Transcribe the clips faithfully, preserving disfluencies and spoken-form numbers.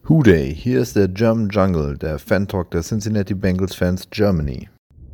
Hooday, hier ist der German Jungle, der Fan-Talk der Cincinnati Bengals Fans Germany.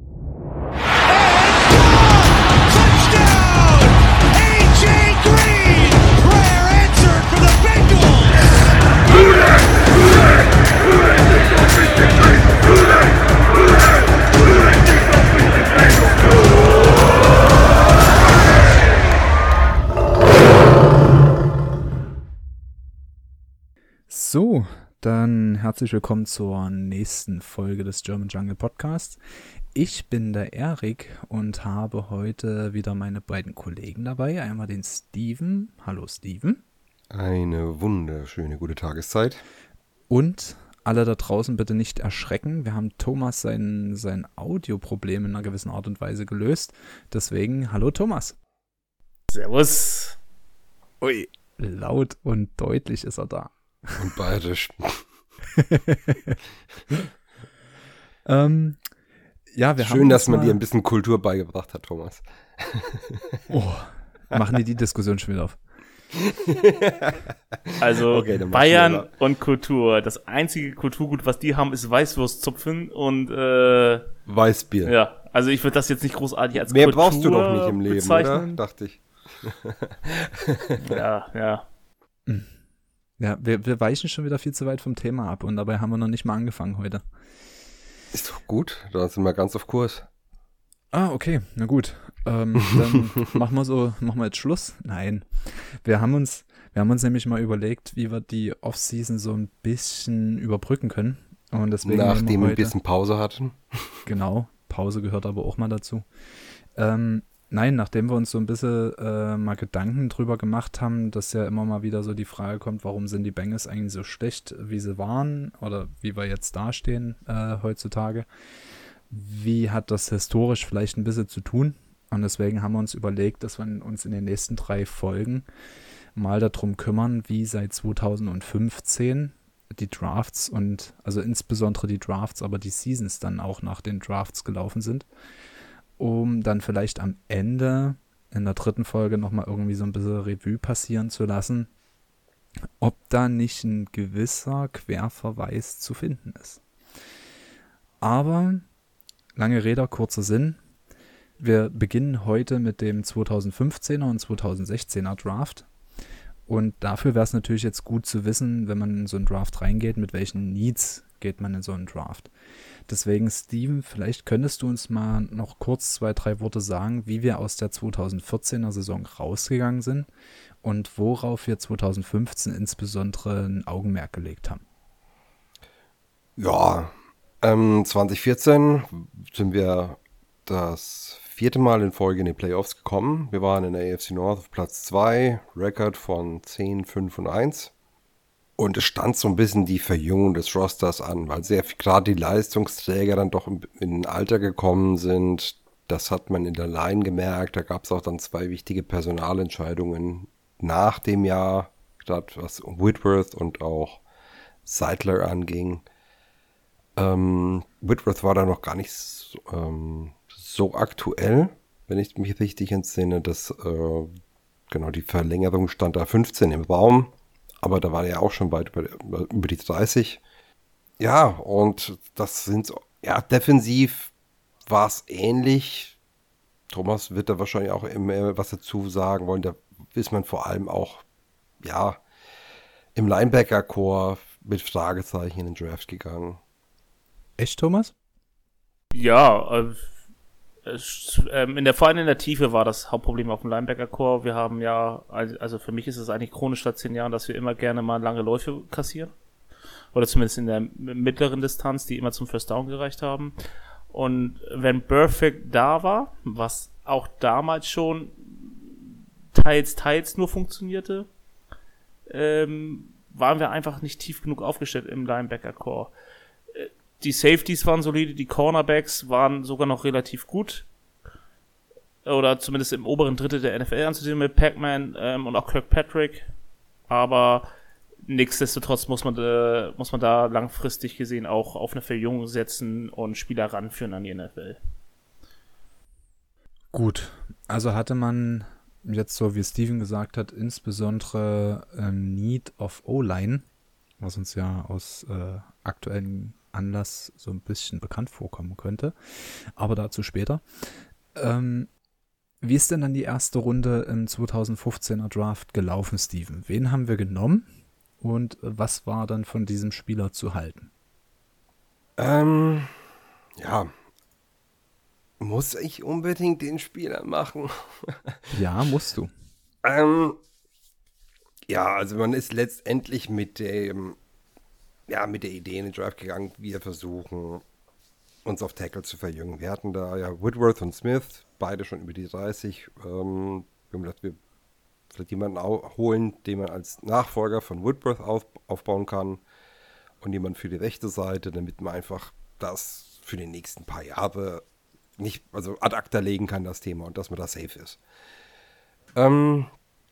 So, dann herzlich willkommen zur nächsten Folge des German Jungle Podcasts. Ich bin der Erik und habe heute wieder meine beiden Kollegen dabei. Einmal den Steven. Hallo Steven. Eine wunderschöne gute Tageszeit. Und alle da draußen bitte nicht erschrecken. Wir haben Thomas sein, sein Audioproblem in einer gewissen Art und Weise gelöst. Deswegen, hallo Thomas. Servus. Ui, laut und deutlich ist er da. Und bayerisch. ähm, ja, wir Schön, haben dass man mal... dir ein bisschen Kultur beigebracht hat, Thomas. Oh, machen die die Diskussion schon wieder auf. Also okay, Bayern und Kultur. Das einzige Kulturgut, was die haben, ist Weißwurstzupfen und äh, Weißbier. Ja, also ich würde das jetzt nicht großartig als Mehr Kultur brauchst du doch nicht im Leben, bezeichnen. oder? Dachte ich. Ja, ja. Ja, wir, wir weichen schon wieder viel zu weit vom Thema ab und dabei haben wir noch nicht mal angefangen heute. Ist doch gut, da sind wir ganz auf Kurs. Ah, okay, na gut. Ähm, dann machen wir so, machen wir jetzt Schluss? Nein. Wir haben uns, wir haben uns nämlich mal überlegt, wie wir die Offseason so ein bisschen überbrücken können. Und deswegen Nachdem wir heute, ein bisschen Pause hatten. Genau, Pause gehört aber auch mal dazu. Ähm, Nein, nachdem wir uns so ein bisschen äh, mal Gedanken drüber gemacht haben, dass ja immer mal wieder so die Frage kommt, warum sind die Bengals eigentlich so schlecht, wie sie waren oder wie wir jetzt dastehen äh, heutzutage. Wie hat das historisch vielleicht ein bisschen zu tun? Und deswegen haben wir uns überlegt, dass wir uns in den nächsten drei Folgen mal darum kümmern, wie seit zweitausendfünfzehn die Drafts und also insbesondere die Drafts, aber die Seasons dann auch nach den Drafts gelaufen sind, um dann vielleicht am Ende in der dritten Folge nochmal irgendwie so ein bisschen Revue passieren zu lassen, ob da nicht ein gewisser Querverweis zu finden ist. Aber, lange Rede, kurzer Sinn, wir beginnen heute mit dem zweitausendfünfzehner und zweitausendsechzehner Draft und dafür wäre es natürlich jetzt gut zu wissen, wenn man in so einen Draft reingeht, mit welchen Needs geht man in so einen Draft. Deswegen, Steven, vielleicht könntest du uns mal noch kurz zwei, drei Worte sagen, wie wir aus der zweitausendvierzehner Saison rausgegangen sind und worauf wir zweitausendfünfzehn insbesondere ein Augenmerk gelegt haben. Ja, ähm, zwanzig vierzehn sind wir das vierte Mal in Folge in die Playoffs gekommen. Wir waren in der A F C North auf Platz zwei, Rekord von zehn, fünf und eins. Und es stand so ein bisschen die Verjüngung des Rosters an, weil sehr viel, gerade die Leistungsträger dann doch in ein Alter gekommen sind. Das hat man in der Line gemerkt. Da gab es auch dann zwei wichtige Personalentscheidungen nach dem Jahr, gerade was Whitworth und auch Seidler anging. Ähm, Whitworth war da noch gar nicht so, ähm, so aktuell, wenn ich mich richtig entsinne. Dass, äh, genau, die Verlängerung stand da fünfzehn im Raum. Aber da war er ja auch schon weit über, über die dreißig. Ja, und das sind so, ja, defensiv war es ähnlich. Thomas wird da wahrscheinlich auch immer was dazu sagen wollen. Da ist man vor allem auch, ja, im Linebacker-Core mit Fragezeichen in den Draft gegangen. Echt, Thomas? Ja, äh, es, ähm, in der, vor allem in der Tiefe war das Hauptproblem auf dem Linebacker-Core. Wir haben ja, also für mich ist es eigentlich chronisch seit zehn Jahren, dass wir immer gerne mal lange Läufe kassieren. Oder zumindest in der mittleren Distanz, die immer zum First Down gereicht haben. Und wenn Burfict da war, was auch damals schon teils, teils nur funktionierte, ähm, waren wir einfach nicht tief genug aufgestellt im Linebacker-Core. Die Safeties waren solide, die Cornerbacks waren sogar noch relativ gut. Oder zumindest im oberen Drittel der N F L anzusehen mit Pac-Man ähm, und auch Kirkpatrick. Aber nichtsdestotrotz muss man, äh, muss man da langfristig gesehen auch auf eine Verjüngung setzen und Spieler ranführen an die N F L. Gut, also hatte man jetzt so, wie Steven gesagt hat, insbesondere ähm, Need of O-Line. was uns ja aus äh, aktuellen Anlass so ein bisschen bekannt vorkommen könnte. Aber dazu später. Ähm, wie ist denn dann die erste Runde im zweitausendfünfzehner Draft gelaufen, Steven? Wen haben wir genommen und was war dann von diesem Spieler zu halten? Ähm, ja, muss ich unbedingt den Spieler machen? Ja, musst du. ähm, ja, also man ist letztendlich mit dem, ja, mit der Idee in den Draft gegangen, wir versuchen, uns auf Tackle zu verjüngen. Wir hatten da ja Whitworth und Smith, beide schon über die dreißig. Ähm, wir haben gedacht, wir vielleicht jemanden au- holen, den man als Nachfolger von Whitworth auf, aufbauen kann und jemand für die rechte Seite, damit man einfach das für die nächsten paar Jahre nicht, also ad acta legen kann, das Thema, und dass man da safe ist. Ähm,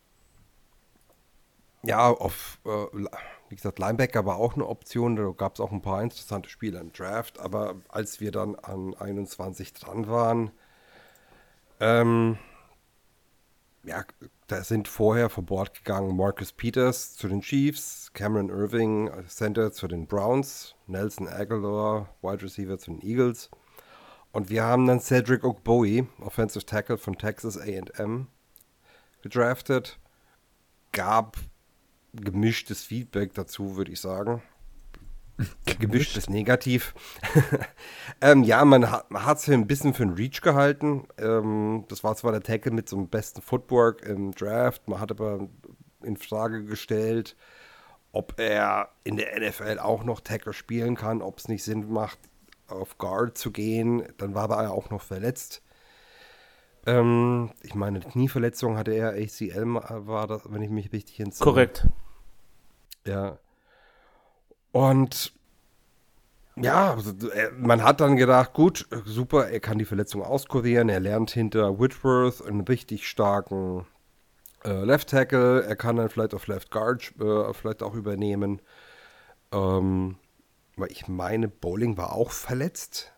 ja, auf, äh, wie gesagt, Linebacker war auch eine Option, da gab es auch ein paar interessante Spiele im Draft, aber als wir dann an einundzwanzig dran waren, ähm, ja, da sind vorher von Bord gegangen Marcus Peters zu den Chiefs, Cameron Irving, Center zu den Browns, Nelson Aguilar, Wide Receiver zu den Eagles. Und wir haben dann Cedric Ogboe, Offensive Tackle von Texas A and M, gedraftet. Gab gemischtes Feedback dazu, würde ich sagen. Gemischtes Negativ. ähm, ja, man hat man hat es ein bisschen für einen Reach gehalten. Ähm, das war zwar der Tackle mit so dem besten Footwork im Draft, man hat aber in Frage gestellt, ob er in der N F L auch noch Tackle spielen kann, ob es nicht Sinn macht, auf Guard zu gehen. Dann war er ja auch noch verletzt. Ähm, ich meine, Knieverletzung hatte er, A C L war das, wenn ich mich richtig entsinne. Korrekt. Ja. Und ja, also, äh, man hat dann gedacht, gut, super, er kann die Verletzung auskurieren, er lernt hinter Whitworth einen richtig starken äh, Left Tackle, er kann dann vielleicht auf Left Guard äh, vielleicht auch übernehmen. Ähm, weil ich meine, Bowling war auch verletzt.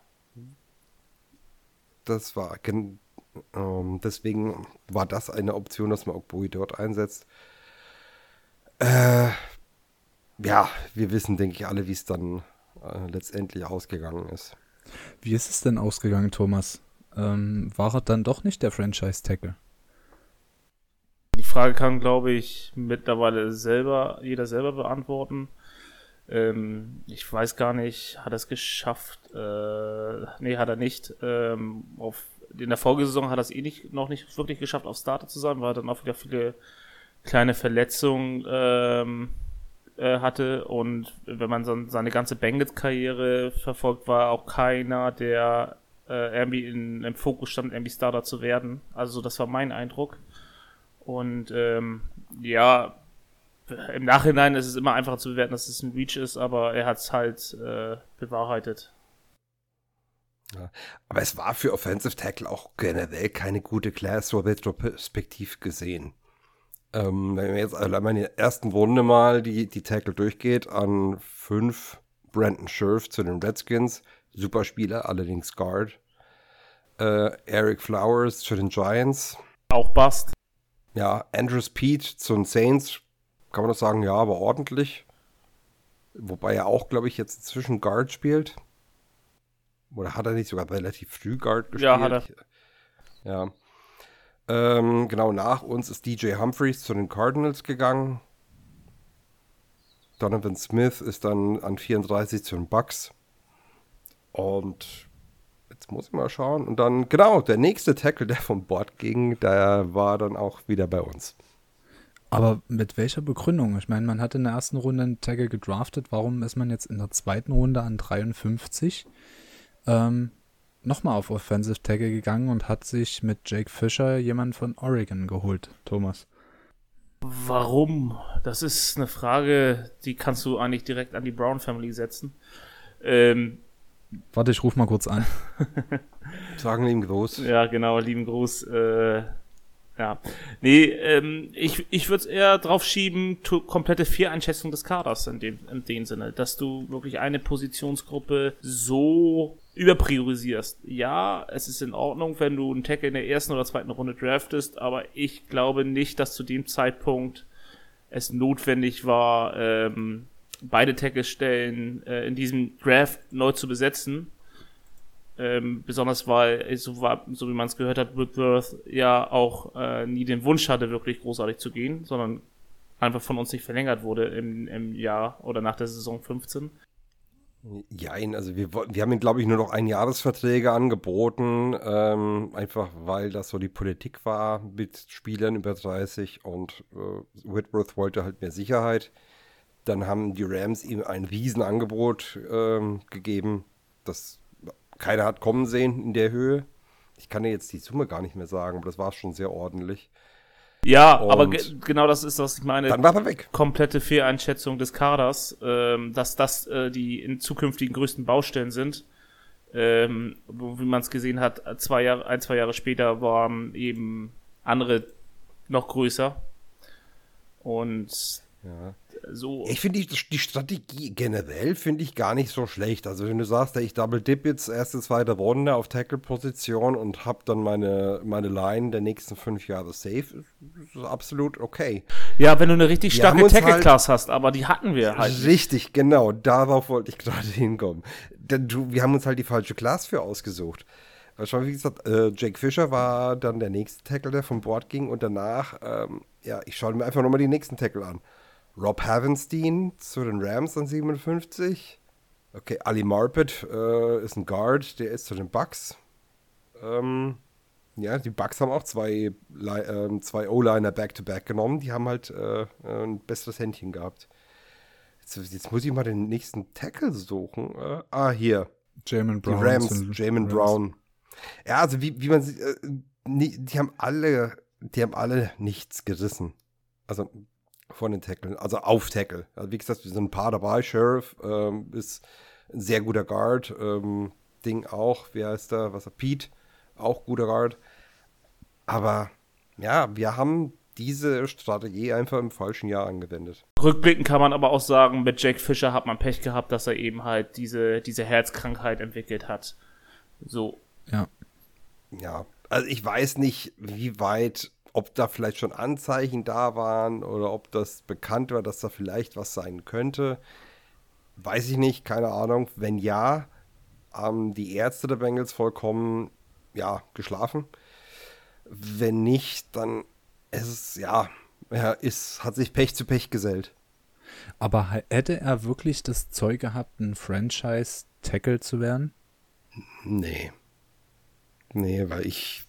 Das war, gen- ähm, deswegen war das eine Option, dass man Ogboe dort einsetzt. Äh, ja, wir wissen, denke ich, alle, wie es dann äh, letztendlich ausgegangen ist. Wie ist es denn ausgegangen, Thomas? Ähm, war er dann doch nicht der Franchise-Tackle? Die Frage kann, glaube ich, mittlerweile selber, jeder selber beantworten. Ähm, ich weiß gar nicht, hat er es geschafft? Äh, nee, hat er nicht. Ähm, auf, in der Folgesaison hat er es eh nicht, noch nicht wirklich geschafft, auf Starter zu sein, weil er dann auch wieder viele kleine Verletzungen ähm, äh, hatte. Und wenn man so seine ganze Bengals-Karriere verfolgt, war auch keiner, der äh, irgendwie in, im Fokus stand, irgendwie Starter zu werden. Also das war mein Eindruck. Und ähm, ja, im Nachhinein ist es immer einfacher zu bewerten, dass es ein Reach ist, aber er hat es halt äh, bewahrheitet. Ja. Aber es war für Offensive Tackle auch generell keine gute Class, so retrospektiv gesehen. Ähm, wenn man jetzt allein mal in der ersten Runde mal die, die Tackle durchgeht, an fünf Brandon Scherf zu den Redskins, super Spieler, allerdings Guard. Äh, Eric Flowers zu den Giants. Auch Bust. Ja, Andrew Speed zu den Saints, kann man das sagen, ja, aber ordentlich. Wobei er auch, glaube ich, jetzt inzwischen Guard spielt. Oder hat er nicht sogar relativ früh Guard gespielt? Ja, hat er. Ja. Ähm, genau, nach uns ist D J Humphreys zu den Cardinals gegangen. Donovan Smith ist dann an vierunddreißig zu den Bucks. Und jetzt muss ich mal schauen. Und dann, genau, der nächste Tackle, der vom Bord ging, der war dann auch wieder bei uns. Aber mit welcher Begründung? Ich meine, man hat in der ersten Runde einen Tackle gedraftet. Warum ist man jetzt in der zweiten Runde an dreiundfünfzig ähm, nochmal auf Offensive Tackle gegangen und hat sich mit Jake Fisher jemanden von Oregon geholt, Thomas? Warum? Das ist eine Frage, die kannst du eigentlich direkt an die Brown Family setzen. Ähm, Warte, ich ruf mal kurz an. Sagen lieben Gruß. ja, genau, lieben Gruß. Äh, ja, nee, ähm, ich, ich würde es eher drauf schieben, to, komplette Fehleinschätzung des Kaders in dem, in dem Sinne, dass du wirklich eine Positionsgruppe so überpriorisierst. Ja, es ist in Ordnung, wenn du einen Tackle in der ersten oder zweiten Runde draftest, aber ich glaube nicht, dass zu dem Zeitpunkt es notwendig war, ähm, beide Tackle-Stellen äh, in diesem Draft neu zu besetzen. Ähm, besonders weil, so, war, so wie man es gehört hat, Whitworth ja auch äh, nie den Wunsch hatte, wirklich großartig zu gehen, sondern einfach von uns nicht verlängert wurde im, im Jahr oder nach der Saison fünfzehn. Jein, also wir, wir haben ihm, glaube ich, nur noch Einjahresverträge angeboten, ähm, einfach weil das so die Politik war mit Spielern über dreißig und äh, Whitworth wollte halt mehr Sicherheit. Dann haben die Rams ihm ein Riesenangebot ähm, gegeben, das keiner hat kommen sehen in der Höhe. Ich kann dir jetzt die Summe gar nicht mehr sagen, aber das war schon sehr ordentlich. Ja, und aber ge- genau das ist, was ich meine. Dann war er weg. Komplette Fehleinschätzung des Kaders, ähm, dass das äh, die in zukünftigen größten Baustellen sind. Ähm, wie man es gesehen hat, zwei Jahre, ein, zwei Jahre später waren eben andere noch größer. Und Ja. so. Ich finde die, die Strategie generell finde ich gar nicht so schlecht. Also wenn du sagst, ich double dip jetzt erste, zweite Runde auf Tackle-Position und habe dann meine, meine Line der nächsten fünf Jahre safe, ist, ist absolut okay. Ja, wenn du eine richtig Wir haben starke uns Tackle-Class hast, aber die hatten wir halt nicht. Richtig, genau, darauf wollte ich gerade hinkommen. Denn du, wir haben uns halt die falsche Class für ausgesucht. Schon wie gesagt, äh, Jake Fisher war dann der nächste Tackle, der vom Board ging und danach, ähm, ja, ich schaue mir einfach nochmal die nächsten Tackle an. Rob Havenstein zu den Rams an siebenundfünfzig. Okay, Ali Marpet äh, ist ein Guard, der ist zu den Bucks. Ähm, ja, die Bucks haben auch zwei, äh, zwei O-Liner back-to-back genommen. Die haben halt äh, ein besseres Händchen gehabt. Jetzt, jetzt muss ich mal den nächsten Tackle suchen. Äh, ah, hier. Jamin Brown. Die Rams, Jamin Brown. Ja, also wie, wie man sieht, äh, die, die haben alle, die haben alle nichts gerissen. Also von den Tackeln, also auf Tackle. Also wie gesagt, wir sind ein paar dabei. Sheriff ähm, ist ein sehr guter Guard. Ähm, Ding auch, wie heißt der? Was er? Pete, auch guter Guard. Aber ja, wir haben diese Strategie einfach im falschen Jahr angewendet. Rückblickend kann man aber auch sagen, mit Jack Fisher hat man Pech gehabt, dass er eben halt diese, diese Herzkrankheit entwickelt hat. So. Ja. Ja, also ich weiß nicht, wie weit, ob da vielleicht schon Anzeichen da waren oder ob das bekannt war, dass da vielleicht was sein könnte. Weiß ich nicht, keine Ahnung. Wenn ja, haben die Ärzte der Bengals vollkommen, ja, geschlafen. Wenn nicht, dann ist es, ja, er ist, hat sich Pech zu Pech gesellt. Aber hätte er wirklich das Zeug gehabt, ein Franchise-Tackle zu werden? Nee. Nee, weil ich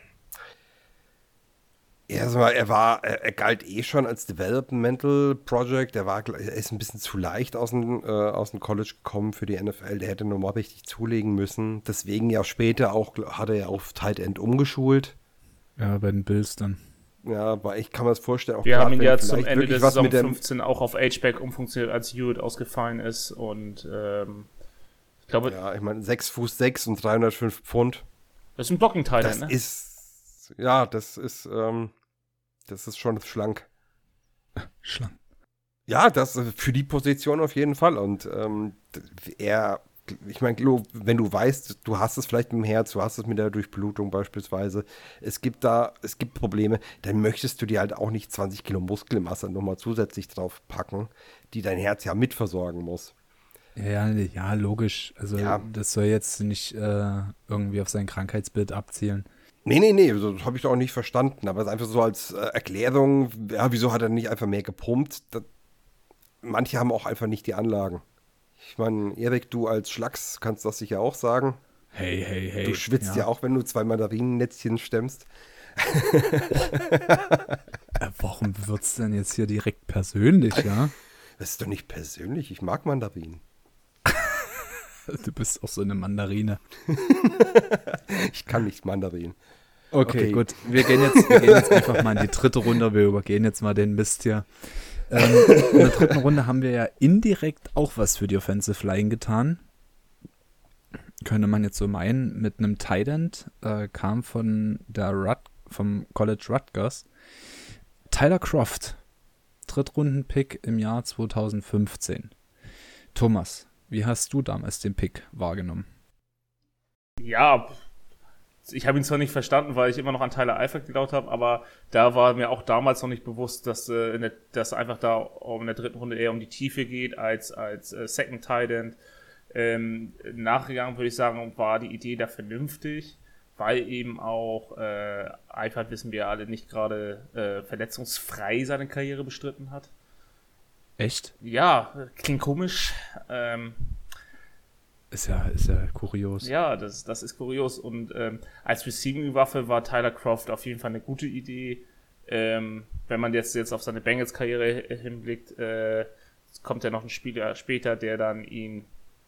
erstmal, er war, er, er galt eh schon als Developmental Project, er war, er ist ein bisschen zu leicht aus dem, äh, aus dem College gekommen für die N F L, der hätte nochmal richtig zulegen müssen. Deswegen ja später auch, hat er ja auf Tight End umgeschult. Ja, bei den Bills dann. Ja, aber ich kann mir das vorstellen. Auch Wir grad, haben ihn wenn ja vielleicht zum Ende wirklich der was Saison mit der- fünfzehn auch auf H-Back umfunktioniert, als Hewitt ausgefallen ist. Und ähm, ich glaube, Ja, ich meine, sechs Fuß sechs und dreihundertfünf Pfund. das ist ein Blocking-Teil, Das ne? ist, ja, das ist, ähm, das ist schon schlank. Schlank. Ja, das äh, für die Position auf jeden Fall. Und ähm, er, ich meine, wenn du weißt, du hast es vielleicht mit dem Herz, du hast es mit der Durchblutung beispielsweise, es gibt da, es gibt Probleme, dann möchtest du dir halt auch nicht zwanzig Kilo Muskelmasse nochmal zusätzlich drauf packen, die dein Herz ja mitversorgen muss. Ja, ja, logisch. Also Ja. das soll jetzt nicht äh, irgendwie auf sein Krankheitsbild abzielen. Nee, nee, nee, das habe ich doch auch nicht verstanden. Aber es ist einfach so als äh, Erklärung, ja, wieso hat er nicht einfach mehr gepumpt? Das, manche haben auch einfach nicht die Anlagen. Ich meine, Erik, du als Schlacks kannst das sicher auch sagen. Hey, hey, hey. Du schwitzt ja. auch, wenn du zwei Mandarinennetzchen stemmst. Äh, warum wird's denn jetzt hier direkt persönlich, ja? Das ist doch nicht persönlich, ich mag Mandarinen. Du bist auch so eine Mandarine. Ich kann nicht Mandarin. Okay, Okay. gut. Wir gehen, jetzt, wir gehen jetzt einfach mal in die dritte Runde. Wir übergehen jetzt mal den Mist hier. Ähm, in der dritten Runde haben wir ja indirekt auch was für die Offensive Line getan. Könnte man jetzt so meinen. Mit einem Tight End äh, kam von der Rut, vom College Rutgers Tyler Croft. Drittrunden-Pick im Jahr zweitausendfünfzehn. Thomas, wie hast du damals den Pick wahrgenommen? Ja, ich habe ihn zwar nicht verstanden, weil ich immer noch an Tyler Eifert geglaubt habe, aber da war mir auch damals noch nicht bewusst, dass äh, in der, dass einfach da um in der dritten Runde eher um die Tiefe geht als als äh, Second Tight End. Ähm, nachgegangen würde ich sagen, war die Idee da vernünftig, weil eben auch äh, Eifert, wissen wir alle, nicht gerade äh, verletzungsfrei seine Karriere bestritten hat. Echt? Ja, klingt komisch. Ähm, Ist ja, ist ja kurios. Ja, das, das ist kurios. Und ähm, als Receiving-Waffe war Tyler Croft auf jeden Fall eine gute Idee. Ähm, wenn man jetzt, jetzt auf seine Bengals-Karriere hinblickt, äh, kommt ja noch ein Spieler später, der dann ihn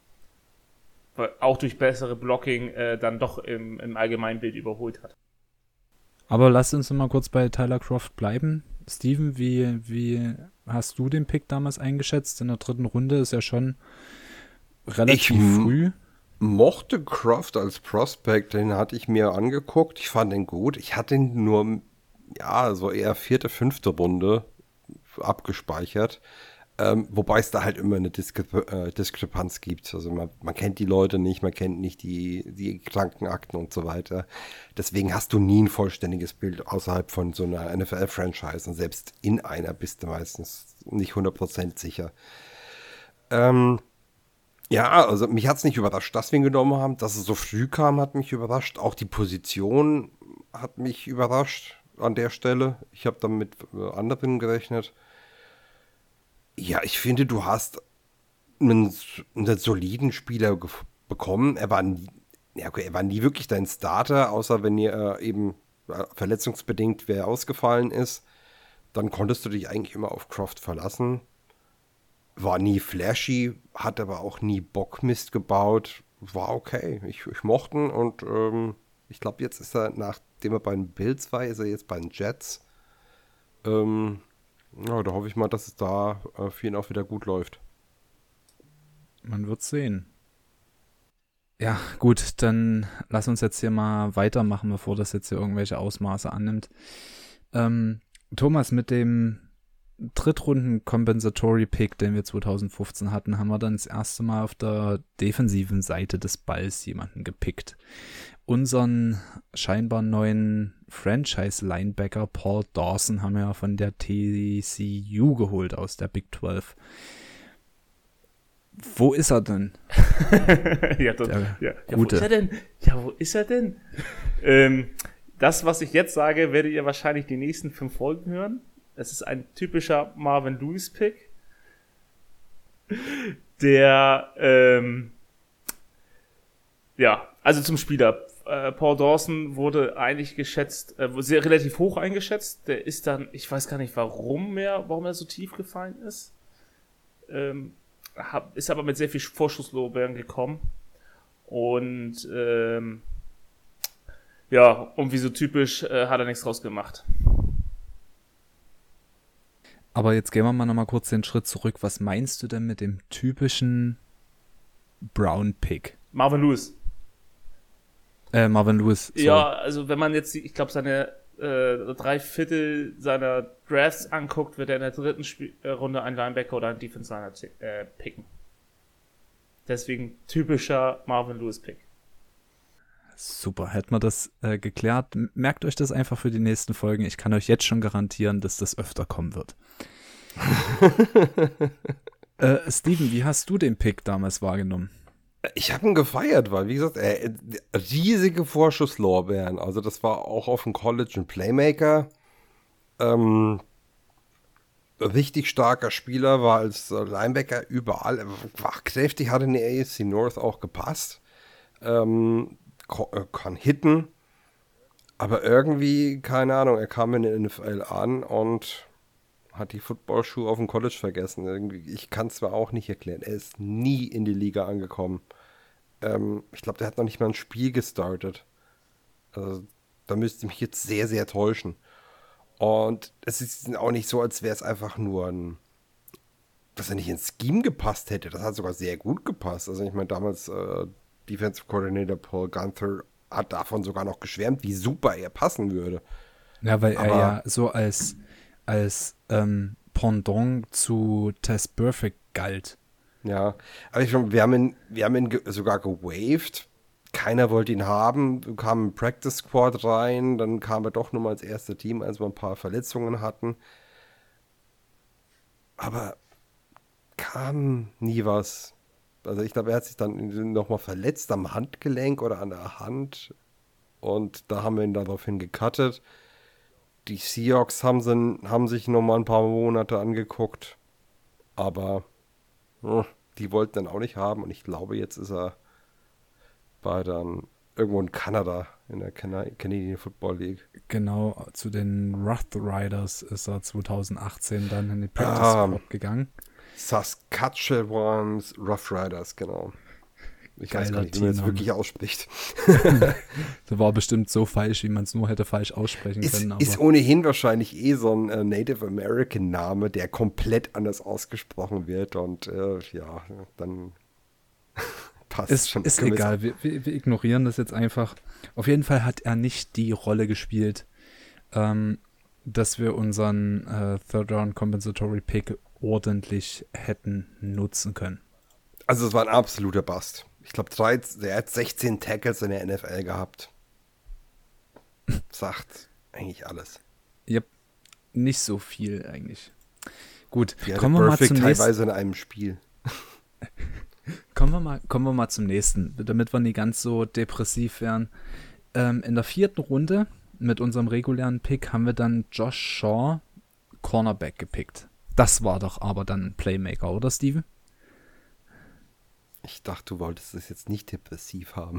auch durch bessere Blocking äh, dann doch im, im Allgemeinbild überholt hat. Aber lass uns noch mal kurz bei Tyler Croft bleiben. Steven, wie, wie hast du den Pick damals eingeschätzt? In der dritten Runde ist ja schon relativ ich früh. Mochte Croft als Prospect, den hatte ich mir angeguckt. Ich fand den gut. Ich hatte ihn nur, ja, so eher vierte, fünfte Runde abgespeichert. Ähm, wobei es da halt immer eine Diskre- äh, Diskrepanz gibt. Also man, man kennt die Leute nicht, man kennt nicht die, die Krankenakten und so weiter. Deswegen hast du nie ein vollständiges Bild außerhalb von so einer N F L-Franchise. Und selbst in einer bist du meistens nicht hundert Prozent sicher. Ähm, ja, also mich hat es nicht überrascht, dass wir ihn genommen haben. Dass es so früh kam, hat mich überrascht. Auch die Position hat mich überrascht an der Stelle. Ich habe dann mit äh, anderen gerechnet. Ja, ich finde, du hast einen, einen soliden Spieler gef- bekommen. Er war, nie, ja okay, er war nie wirklich dein Starter, außer wenn ihr äh, eben äh, verletzungsbedingt wer ausgefallen ist. Dann konntest du dich eigentlich immer auf Croft verlassen. War nie flashy, hat aber auch nie Bockmist gebaut. War okay. Ich, ich mochte ihn und ähm, ich glaube, jetzt ist er, nachdem er bei den Bills war, ist er jetzt bei den Jets. Ähm, ja, da hoffe ich mal, dass es da äh, für ihn auch wieder gut läuft. Man wird sehen. Ja, gut, dann lass uns jetzt hier mal weitermachen, bevor das jetzt hier irgendwelche Ausmaße annimmt. Ähm, Thomas, mit dem Drittrunden-Compensatory-Pick, den wir zwanzig fünfzehn hatten, haben wir dann das erste Mal auf der defensiven Seite des Balls jemanden gepickt. Unseren scheinbar neuen Franchise-Linebacker Paul Dawson haben wir ja von der T C U geholt aus der Big zwölf. Wo ist er denn? ja, das, Der ja, ja, wo Gute. ist er denn? Ja, wo ist er denn? ähm, das, was ich jetzt sage, werdet ihr wahrscheinlich die nächsten fünf Folgen hören. Es ist ein typischer Marvin Lewis-Pick, der, ähm, ja, also zum Spieler. Äh, Paul Dawson wurde eigentlich geschätzt, äh, sehr relativ hoch eingeschätzt. Der ist dann, ich weiß gar nicht, warum mehr, warum er so tief gefallen ist. Ähm, hab, ist aber mit sehr viel Vorschusslorbeeren gekommen. Und, ähm, ja, und wie so typisch, äh, hat er nichts draus gemacht. Aber jetzt gehen wir mal noch mal kurz den Schritt zurück. Was meinst du denn mit dem typischen Brown-Pick? Marvin Lewis. Äh, Marvin Lewis. Sorry. Ja, also wenn man jetzt, ich glaube, seine äh, drei Viertel seiner Drafts anguckt, wird er in der dritten Spiel- äh, Runde einen Linebacker oder einen Defense-Liner äh, picken. Deswegen typischer Marvin Lewis-Pick. Super, hätten wir das äh, geklärt. M- Merkt euch das einfach für die nächsten Folgen. Ich kann euch jetzt schon garantieren, dass das öfter kommen wird. äh, Steven, wie hast du den Pick damals wahrgenommen? Ich habe ihn gefeiert, weil, wie gesagt, äh, riesige Vorschusslorbeeren. Also das war auch auf dem College ein Playmaker. Ähm, richtig starker Spieler, war als Linebacker überall. War kräftig, hat in die A F C North auch gepasst. Ähm, kann hitten, aber irgendwie, keine Ahnung, er kam in der N F L an und hat die Footballschuhe auf dem College vergessen. Irgendwie, ich kann es zwar auch nicht erklären, er ist nie in die Liga angekommen. Ähm, ich glaube, der hat noch nicht mal ein Spiel gestartet. Also, da müsste ich mich jetzt sehr, sehr täuschen. Und es ist auch nicht so, als wäre es einfach nur ein, dass er nicht ins Scheme gepasst hätte. Das hat sogar sehr gut gepasst. Also ich meine, damals äh, Defensive Coordinator Paul Gunther hat davon sogar noch geschwärmt, wie super er passen würde. Ja, weil Aber- er ja so als, als ähm, Pendant zu Tess Burfict galt. Ja, aber ich meine, wir haben ihn, wir haben ihn ge sogar gewaved. keiner wollte ihn haben, kam ein Practice Squad rein, dann kam er doch nur mal als erster Team, als wir ein paar Verletzungen hatten. Aber kam nie was. Also ich glaube, er hat sich dann nochmal verletzt am Handgelenk oder an der Hand und da haben wir ihn daraufhin gecuttet. Die Seahawks haben, sie, haben sich nochmal ein paar Monate angeguckt, aber hm, die wollten dann auch nicht haben und ich glaube, jetzt ist er bei dann irgendwo in Kanada, in der Can- Canadian Football League. Genau, zu den Rough Riders ist er zwanzig achtzehn dann in die Practice Ah. Squad gegangen. Saskatchewan Rough Riders, genau. Ich weiß Geiler gar nicht, wie man das Teamname. wirklich ausspricht. Das war bestimmt so falsch, wie man es nur hätte falsch aussprechen Ist, können. Aber ist ohnehin wahrscheinlich eh so ein äh, Native American Name, der komplett anders ausgesprochen wird und äh, ja, dann passt ist, schon. ist Können wir egal, wir, wir, wir ignorieren das jetzt einfach. Auf jeden Fall hat er nicht die Rolle gespielt, ähm, dass wir unseren äh, Third Round Compensatory Pick ordentlich hätten nutzen können. Also es war ein absoluter Bust. Ich glaube, er hat sechzehn Tackles in der N F L gehabt. Sagt eigentlich alles. Yep, nicht so viel eigentlich. Gut, Die hatte kommen wir mal Perfect zum nächsten. teilweise in einem Spiel. Kommen wir mal, kommen wir mal zum nächsten, damit wir nicht ganz so depressiv werden. Ähm, in der vierten Runde mit unserem regulären Pick haben wir dann Josh Shaw, Cornerback, gepickt. Das war doch aber dann ein Playmaker, oder Steven? Ich dachte, du wolltest es jetzt nicht depressiv haben.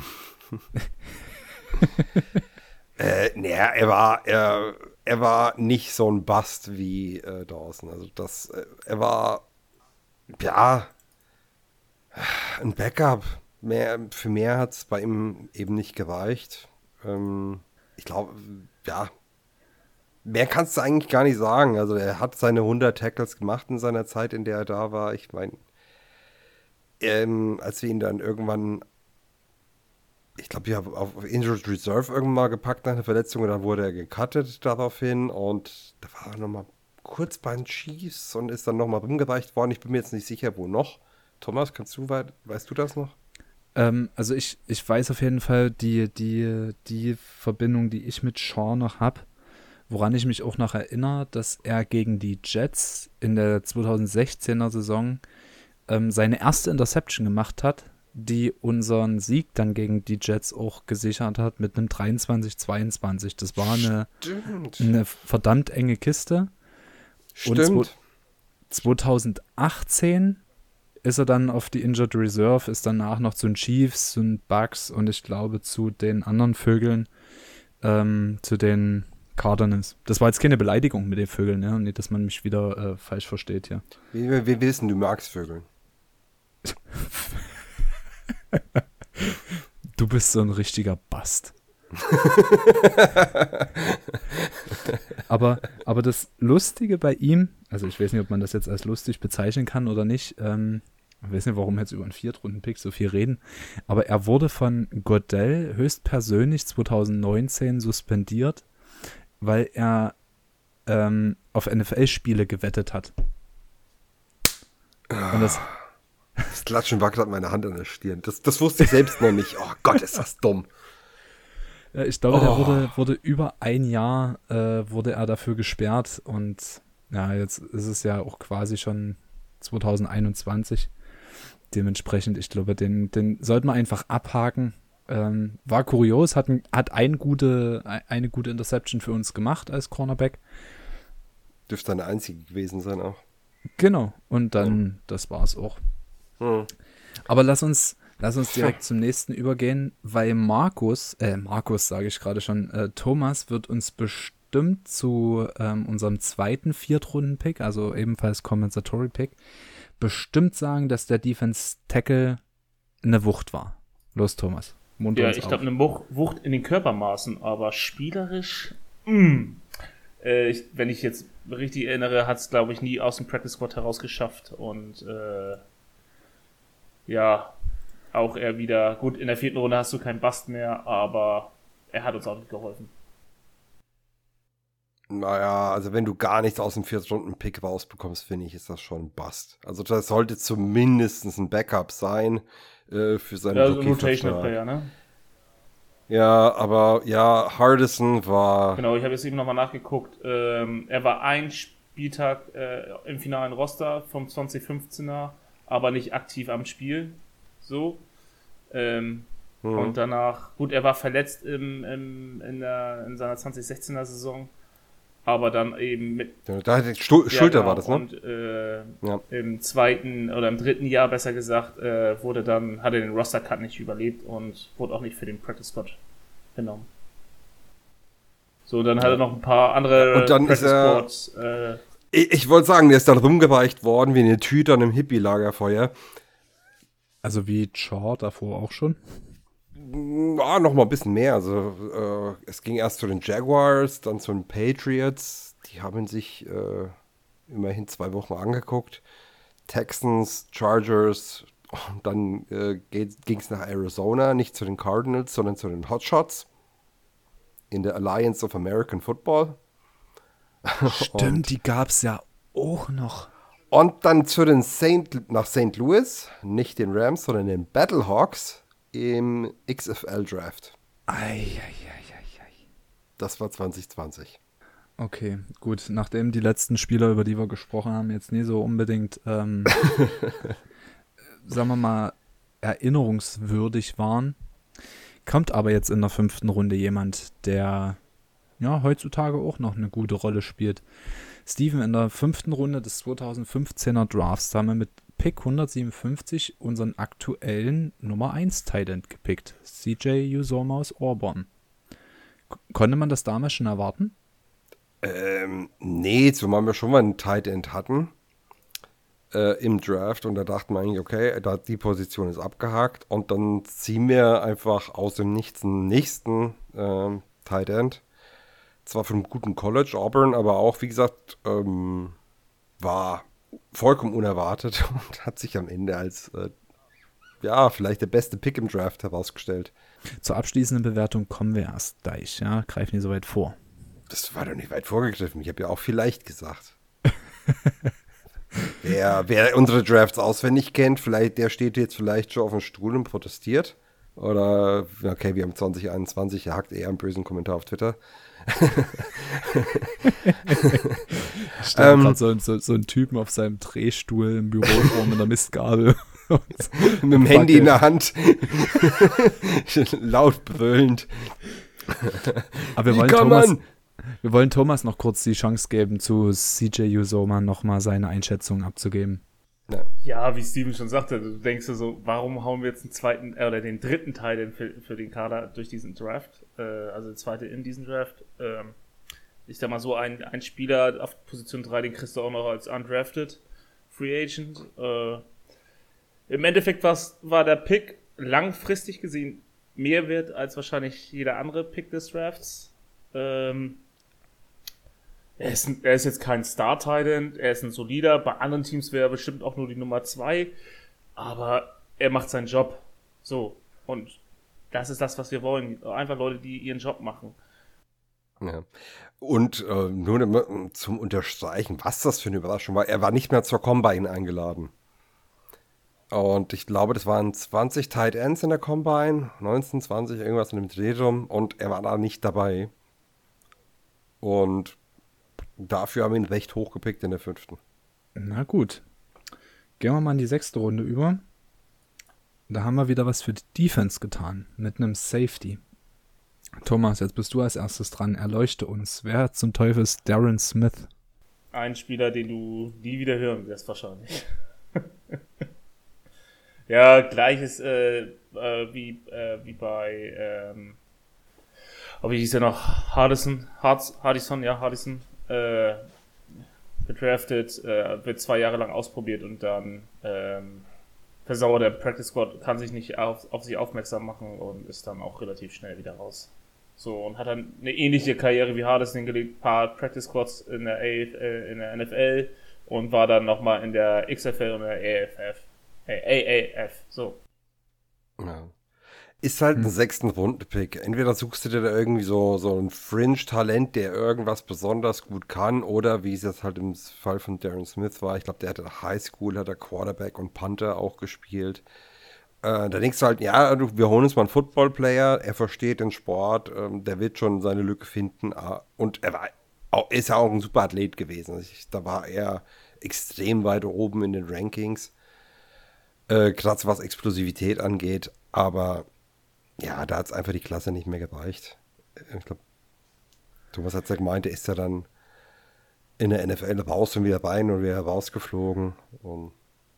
äh, naja, er war, er, er war nicht so ein Bust wie äh, Dawson. Also das, äh, er war, ja, ein Backup. Mehr, für mehr hat es bei ihm eben nicht gereicht. Ähm, ich glaube, ja, mehr kannst du eigentlich gar nicht sagen. Also er hat seine hundert Tackles gemacht in seiner Zeit, in der er da war. Ich meine, ähm, als wir ihn dann irgendwann, ich glaube, ja, auf Injured Reserve irgendwann mal gepackt nach einer Verletzung und dann wurde er gecuttet daraufhin und da war er nochmal kurz bei den Chiefs und ist dann nochmal rumgereicht worden. Ich bin mir jetzt nicht sicher, wo noch. Thomas, kannst du, weißt du das noch? Ähm, also ich, ich weiß auf jeden Fall die, die, die Verbindung, die ich mit Shaw noch habe, woran ich mich auch noch erinnere, dass er gegen die Jets in der zweitausendsechzehner Saison ähm, seine erste Interception gemacht hat, die unseren Sieg dann gegen die Jets auch gesichert hat mit einem dreiundzwanzig zweiundzwanzig. Das war eine, eine verdammt enge Kiste. Stimmt. Und zweitausendachtzehn ist er dann auf die Injured Reserve, ist danach noch zu den Chiefs, zu den Bucks und ich glaube zu den anderen Vögeln, ähm, zu den Cardinals. Das war jetzt keine Beleidigung mit den Vögeln, ja, nicht, dass man mich wieder äh, falsch versteht hier. Wir, wir wissen, du magst Vögel. Du bist so ein richtiger Bast. aber, aber das Lustige bei ihm, also ich weiß nicht, ob man das jetzt als lustig bezeichnen kann oder nicht, ähm, ich weiß nicht, warum wir jetzt über einen Viertrunden-Pick so viel reden, aber er wurde von Goodell höchstpersönlich zweitausendneunzehn suspendiert, weil er ähm, auf N F L-Spiele gewettet hat. Und das Das Klatschen war gerade meine Hand an der Stirn. Das, das wusste ich selbst noch nicht. Oh Gott, ist das dumm. Ja, ich glaube, Oh. der wurde, wurde über ein Jahr äh, wurde er dafür gesperrt und ja, jetzt ist es ja auch quasi schon zweitausendeinundzwanzig. Dementsprechend, ich glaube, den, den sollte man einfach abhaken. Ähm, war kurios, hat, ein, hat ein gute, eine gute Interception für uns gemacht als Cornerback. Dürfte eine einzige gewesen sein auch. Genau, und dann, das war's auch. Hm. Aber lass uns, lass uns direkt zum nächsten übergehen, weil Markus, äh, Markus sage ich gerade schon, äh, Thomas wird uns bestimmt zu ähm, unserem zweiten Viertrunden-Pick, also ebenfalls Compensatory-Pick, bestimmt sagen, dass der Defense-Tackle eine Wucht war. Los, Thomas. munter Ja, uns ich auf. glaube, eine Wuch- Wucht in den Körpermaßen, aber spielerisch, mh. Äh, ich, wenn ich jetzt richtig erinnere, hat es, glaube ich, nie aus dem Practice Squad herausgeschafft und äh, ja, auch er wieder, gut, in der vierten Runde hast du keinen Bust mehr, aber er hat uns auch nicht geholfen. Naja, also wenn du gar nichts aus dem Viertrunden-Pick rausbekommst, finde ich, ist das schon ein Bust. Also das sollte zumindest ein Backup sein äh, für seine Ja, also ein Rookie-Vertrag. Rotational Player, ne? Ja, aber ja, Hardison war... Genau, ich habe jetzt eben nochmal nachgeguckt. Ähm, er war ein Spieltag äh, im finalen Roster vom zwanzig fünfzehner, aber nicht aktiv am Spiel. So. Ähm, mhm. Und danach, gut, er war verletzt im, im, in, der, in seiner zwanzig sechzehner Saison, aber dann eben mit... Ja, da hatte Stu- ja, Schulter genau, war das, ne? Und äh, ja. im zweiten oder im dritten Jahr, besser gesagt, äh, wurde dann, hat er den Roster-Cut nicht überlebt und wurde auch nicht für den Practice Squad genommen. So, dann hat er noch ein paar andere und dann Practice Squads. Äh, ich ich wollte sagen, der ist dann rumgereicht worden wie eine Tüte an einem Hippie-Lagerfeuer. Also wie Shaw davor auch schon? Ja, noch mal ein bisschen mehr. Also äh, es ging erst zu den Jaguars, dann zu den Patriots. Die haben sich äh, immerhin zwei Wochen angeguckt. Texans, Chargers. Und dann äh, ging es nach Arizona, nicht zu den Cardinals, sondern zu den Hotshots in der Alliance of American Football. Stimmt, und, die gab es ja auch noch. Und dann zu den Saint nach Saint Louis, nicht den Rams, sondern den Battlehawks im X F L-Draft. Ei, ei, ei, ei. Das war zwanzig zwanzig. Okay, gut. Nachdem die letzten Spieler, über die wir gesprochen haben, jetzt nie so unbedingt, ähm, sagen wir mal, erinnerungswürdig waren, kommt aber jetzt in der fünften Runde jemand, der ja heutzutage auch noch eine gute Rolle spielt. Steven, in der fünften Runde des zweitausendfünfzehner Drafts haben wir mit Pick hundertsiebenundfünfzig unseren aktuellen Nummer eins Tight End gepickt. C J Uzomah aus Auburn. K- konnte man das damals schon erwarten? Ähm, nee, zumal wir schon mal einen Tight End hatten äh, im Draft und da dachten wir eigentlich, okay, da die Position ist abgehakt und dann ziehen wir einfach aus dem Nichts einen nächsten ähm, Tight End. Zwar von einem guten College, Auburn, aber auch, wie gesagt, ähm, war vollkommen unerwartet und hat sich am Ende als, äh, ja, vielleicht der beste Pick im Draft herausgestellt. Zur abschließenden Bewertung kommen wir erst gleich, ja, greifen nicht so weit vor. Das war doch nicht weit vorgegriffen, ich habe ja auch vielleicht gesagt. wer, wer unsere Drafts auswendig kennt, vielleicht, der steht jetzt vielleicht schon auf dem Stuhl und protestiert. Oder, okay, wir haben zwanzig einundzwanzig, er hackt eher einen bösen Kommentar auf Twitter. Ich stelle ähm, gerade so, so, so einen Typen auf seinem Drehstuhl im Büro vor mit einer Mistgabel. Mit dem Handy in der Hand. Laut brüllend. Aber wir wollen, Thomas, wir wollen Thomas noch kurz die Chance geben, zu C J Uzomah nochmal seine Einschätzung abzugeben. Ja. ja, wie Steven schon sagte, du denkst dir so, warum hauen wir jetzt einen zweiten, äh, oder den dritten Teil für, für den Kader durch diesen Draft, äh, also der zweite in diesen Draft. Ähm, ich sag mal so, ein, ein Spieler auf Position drei, den kriegst du auch noch als undrafted Free Agent. Äh, Im Endeffekt war der Pick langfristig gesehen mehr wert als wahrscheinlich jeder andere Pick des Drafts. Ähm, Er ist, er ist jetzt kein Star-Tight End, er ist ein solider, bei anderen Teams wäre er bestimmt auch nur die Nummer zwei, aber er macht seinen Job. So, und das ist das, was wir wollen. Einfach Leute, die ihren Job machen. Ja. Und äh, nur zum Unterstreichen, was das für eine Überraschung war, er war nicht mehr zur Combine eingeladen. Und ich glaube, das waren zwanzig Tight Ends in der Combine, neunzehn, zwanzig, irgendwas in dem Dreh rum, und er war da nicht dabei. Und dafür haben wir ihn recht hoch gepickt in der fünften. Na gut. Gehen wir mal in die sechste Runde über. Da haben wir wieder was für die Defense getan. Mit einem Safety. Thomas, jetzt bist du als erstes dran. Erleuchte uns. Wer zum Teufel ist Darren Smith? Ein Spieler, den du nie wieder hören wirst, wahrscheinlich. Ja, gleiches äh, äh, wie, äh, wie bei ähm, aber wie hieß er noch? Hardison, Hards, Hardison, ja, Hardison. Äh, gedraftet, äh, wird zwei Jahre lang ausprobiert und dann ähm, versauert der Practice Squad, kann sich nicht auf, auf sich aufmerksam machen und ist dann auch relativ schnell wieder raus. So, und hat dann eine ähnliche Karriere wie Hardison hingelegt, paar Practice Squads in der, A F, äh, in der N F L und war dann nochmal in der X F L und der A F F. Äh, A A F, so. Ja. Ist halt ein hm. sechsten Runden-Pick. Entweder suchst du dir da irgendwie so, so ein Fringe-Talent, der irgendwas besonders gut kann, oder wie es jetzt halt im Fall von Darren Smith war, ich glaube, der hatte Highschool, hat er Quarterback und Punter auch gespielt. Äh, da denkst du halt, ja, du, wir holen uns mal einen Football-Player, er versteht den Sport, ähm, der wird schon seine Lücke finden. Ah, und er war, auch, ist ja auch ein super Athlet gewesen. Also ich, da war er extrem weit oben in den Rankings, äh, gerade was Explosivität angeht. Aber ja, da hat es einfach die Klasse nicht mehr gereicht. Ich glaube, Thomas hat es ja gemeint, er ist ja dann in der N F L raus und wieder rein und wieder rausgeflogen. Und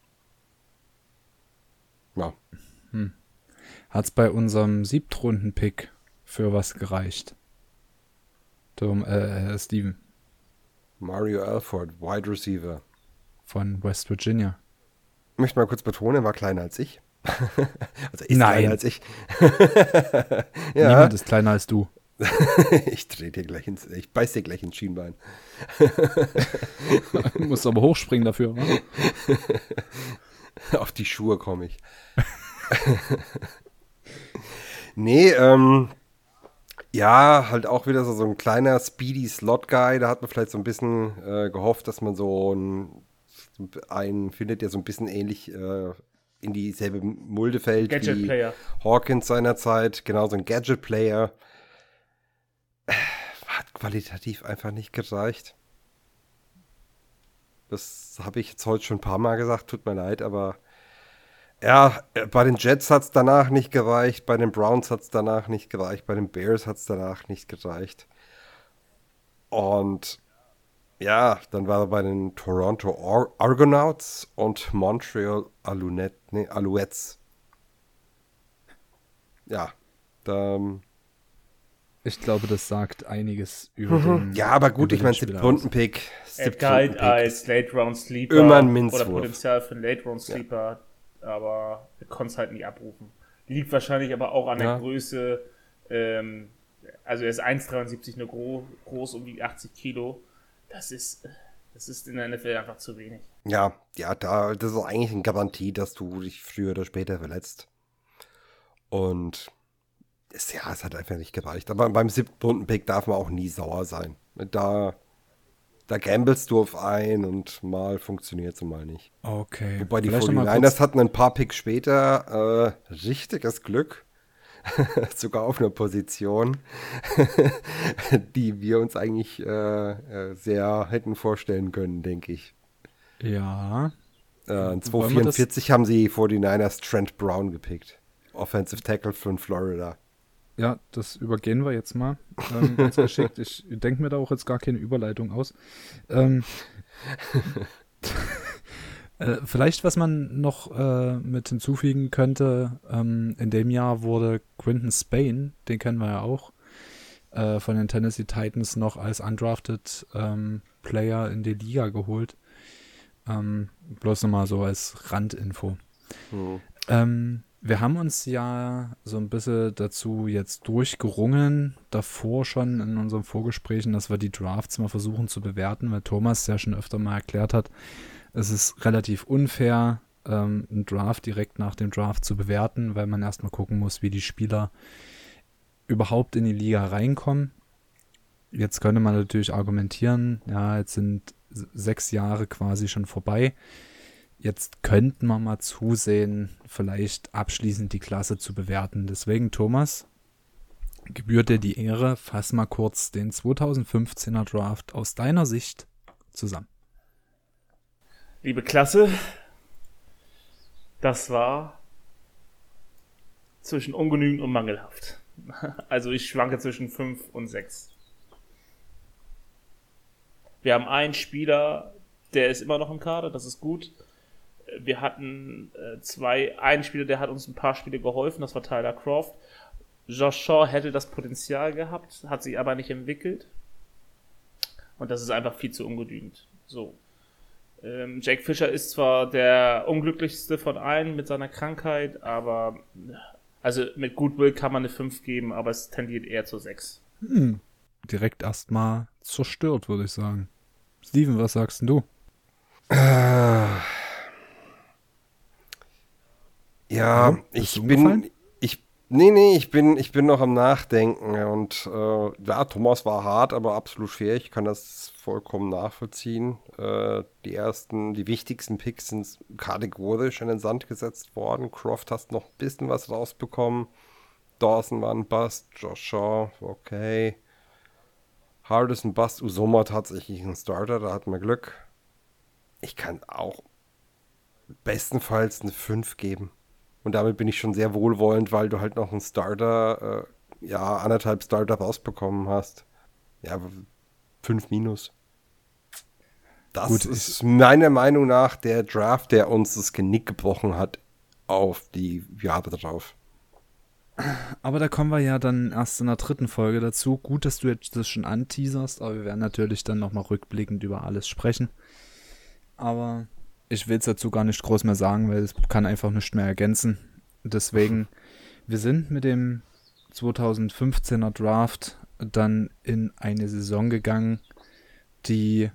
ja. Hm. Hat es bei unserem Siebtrunden-Pick für was gereicht? Tom, äh, Steven. Mario Alford, Wide Receiver. Von West Virginia. Ich möchte mal kurz betonen, er war kleiner als ich. Also er ist Nein. kleiner als ich. Ja. Niemand ist kleiner als du. Ich drehe dir gleich ins, ich beiß dir gleich ins Schienbein. Du musst aber hochspringen dafür, ne? Auf die Schuhe komme ich. Nee, ähm, ja, halt auch wieder so, so ein kleiner Speedy Slot-Guy. Da hat man vielleicht so ein bisschen äh, gehofft, dass man so einen, einen findet, der so ein bisschen ähnlich äh, in dieselbe Mulde fällt wie Hawkins seinerzeit. Genau, so ein Gadget-Player. Hat qualitativ einfach nicht gereicht. Das habe ich jetzt heute schon ein paar Mal gesagt, tut mir leid, aber ja, bei den Jets hat es danach nicht gereicht, bei den Browns hat es danach nicht gereicht, bei den Bears hat es danach nicht gereicht. Und ja, dann war er bei den Toronto Ar- Argonauts und Montreal Alouette, nee, Alouettes. Ja, da... Ich glaube, das sagt einiges über den. Ja, aber gut, ich meine, siebten-Runden-Pick. Er galt als Late-Round-Sleeper immer ein Minzwurf. Oder Potenzial für einen Late-Round-Sleeper, ja. Aber er konnte es halt nie abrufen. Liegt wahrscheinlich aber auch an der ja. Größe. Ähm, also er ist eins Komma dreiundsiebzig nur groß, groß um die achtzig Kilo. Das ist, das ist in der N F L einfach zu wenig. Ja, ja, da, das ist eigentlich eine Garantie, dass du dich früher oder später verletzt. Und ist, ja, es hat einfach nicht gereicht. Aber beim siebten-Runden-Pick darf man auch nie sauer sein. Da, da gamblest du auf ein und mal funktioniert es und mal nicht. Okay. Wobei die forty-niners hatten ein paar Picks später äh, richtiges Glück. Sogar auf einer Position, die wir uns eigentlich äh, sehr hätten vorstellen können, denke ich. Ja. Äh, in zwei vierundvierzig haben sie forty-niners Trent Brown gepickt. Offensive Tackle von Florida. Ja, das übergehen wir jetzt mal ähm, ganz geschickt. Ich denke mir da auch jetzt gar keine Überleitung aus. Ähm, äh, vielleicht, was man noch äh, mit hinzufügen könnte, ähm, in dem Jahr wurde Quinton Spain, den kennen wir ja auch, äh, von den Tennessee Titans noch als undrafted ähm, Player in die Liga geholt. Ähm, bloß nochmal so als Randinfo. Mhm. Ähm, Wir haben uns ja so ein bisschen dazu jetzt durchgerungen, davor schon in unseren Vorgesprächen, dass wir die Drafts mal versuchen zu bewerten, weil Thomas ja schon öfter mal erklärt hat, es ist relativ unfair, ähm, einen Draft direkt nach dem Draft zu bewerten, weil man erstmal gucken muss, wie die Spieler überhaupt in die Liga reinkommen. Jetzt könnte man natürlich argumentieren, ja, jetzt sind sechs Jahre quasi schon vorbei. Jetzt könnten wir mal zusehen, vielleicht abschließend die Klasse zu bewerten. Deswegen, Thomas, gebührt dir die Ehre, fass mal kurz den zweitausendfünfzehner Draft aus deiner Sicht zusammen. Liebe Klasse, das war zwischen ungenügend und mangelhaft. Also ich schwanke zwischen fünf und sechs. Wir haben einen Spieler, der ist immer noch im Kader, das ist gut. Wir hatten äh, zwei, einen Spieler, der hat uns ein paar Spiele geholfen, das war Tyler Croft. Josh Shaw hätte das Potenzial gehabt, hat sich aber nicht entwickelt. Und das ist einfach viel zu ungenügend. So. Ähm, Jake Fisher ist zwar der unglücklichste von allen mit seiner Krankheit, aber also mit Goodwill kann man eine fünf geben, aber es tendiert eher zu sechs. Hm. Direkt erstmal zerstört, würde ich sagen. Steven, was sagst denn du? Ja, ich bin, ich, Nee, nee, ich bin, ich bin noch am Nachdenken und äh, ja, Thomas war hart, aber absolut fair. Ich kann das vollkommen nachvollziehen. Äh, die ersten, die wichtigsten Picks sind kategorisch in den Sand gesetzt worden. Croft hast noch ein bisschen was rausbekommen. Dawson war ein Bust, Josh Shaw, okay. Hard ist ein Bust, Uzomah tatsächlich ein Starter, da hatten wir Glück. Ich kann auch bestenfalls eine fünf geben. Und damit bin ich schon sehr wohlwollend, weil du halt noch einen Starter, äh, ja, anderthalb Starter rausbekommen hast. Ja, fünf minus. Das Gut, ist meiner Meinung nach der Draft, der uns das Genick gebrochen hat auf die Jahre drauf. Aber da kommen wir ja dann erst in der dritten Folge dazu. Gut, dass du jetzt das schon anteaserst, aber wir werden natürlich dann nochmal rückblickend über alles sprechen. Aber ich will es dazu gar nicht groß mehr sagen, weil es kann einfach nicht mehr ergänzen. Deswegen, wir sind mit dem zweitausendfünfzehner Draft dann in eine Saison gegangen, die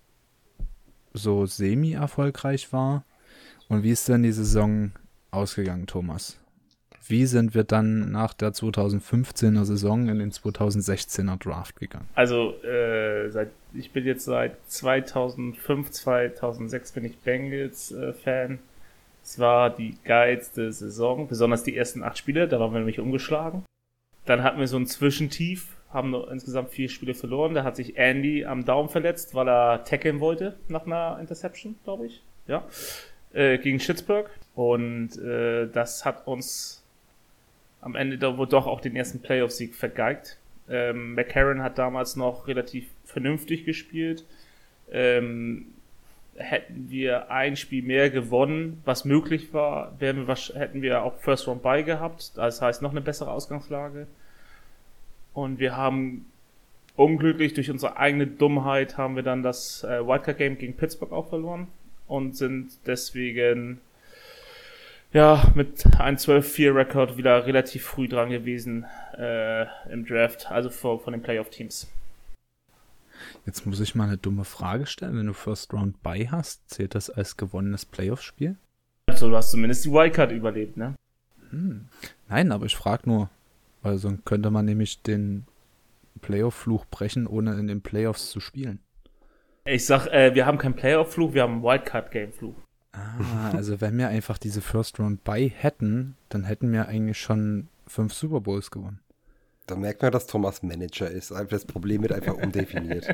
so semi-erfolgreich war. Und wie ist denn die Saison ausgegangen, Thomas? Wie sind wir dann nach der zweitausendfünfzehner Saison in den zweitausendsechzehner Draft gegangen? Also, äh, seit, ich bin jetzt seit zweitausendfünf, zweitausendsechs bin ich Bengals-Fan. Äh, es war die geilste Saison, besonders die ersten acht Spiele, da waren wir nämlich umgeschlagen. Dann hatten wir so ein Zwischentief, haben nur insgesamt vier Spiele verloren. Da hat sich Andy am Daumen verletzt, weil er tackeln wollte nach einer Interception, glaube ich. Ja, äh, gegen Schittsburg. Und äh, das hat uns am Ende da wohl doch auch den ersten Playoff-Sieg vergeigt. Ähm, McCarron hat damals noch relativ vernünftig gespielt. Ähm, hätten wir ein Spiel mehr gewonnen, was möglich war, wären wir, hätten wir auch First Round Bye gehabt. Das heißt, noch eine bessere Ausgangslage. Und wir haben unglücklich durch unsere eigene Dummheit haben wir dann das äh, Wildcard-Game gegen Pittsburgh auch verloren und sind deswegen ja, mit einem zwölf vier Rekord wieder relativ früh dran gewesen äh, im Draft, also vor, von den Playoff-Teams. Jetzt muss ich mal eine dumme Frage stellen. Wenn du First Round Bye hast, zählt das als gewonnenes Playoff-Spiel? Also du hast zumindest die Wildcard überlebt, ne? Hm. Nein, aber ich frage nur, weil sonst könnte man nämlich den Playoff-Fluch brechen, ohne in den Playoffs zu spielen. Ich sag, äh, wir haben keinen Playoff-Fluch, wir haben einen Wildcard-Game-Fluch. Ah, also wenn wir einfach diese First Round Bye hätten, dann hätten wir eigentlich schon fünf Super Bowls gewonnen. Da merkt man, dass Thomas Manager ist. Einfach das Problem wird einfach umdefiniert.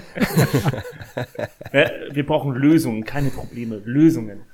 Ja, wir brauchen Lösungen, keine Probleme. Lösungen.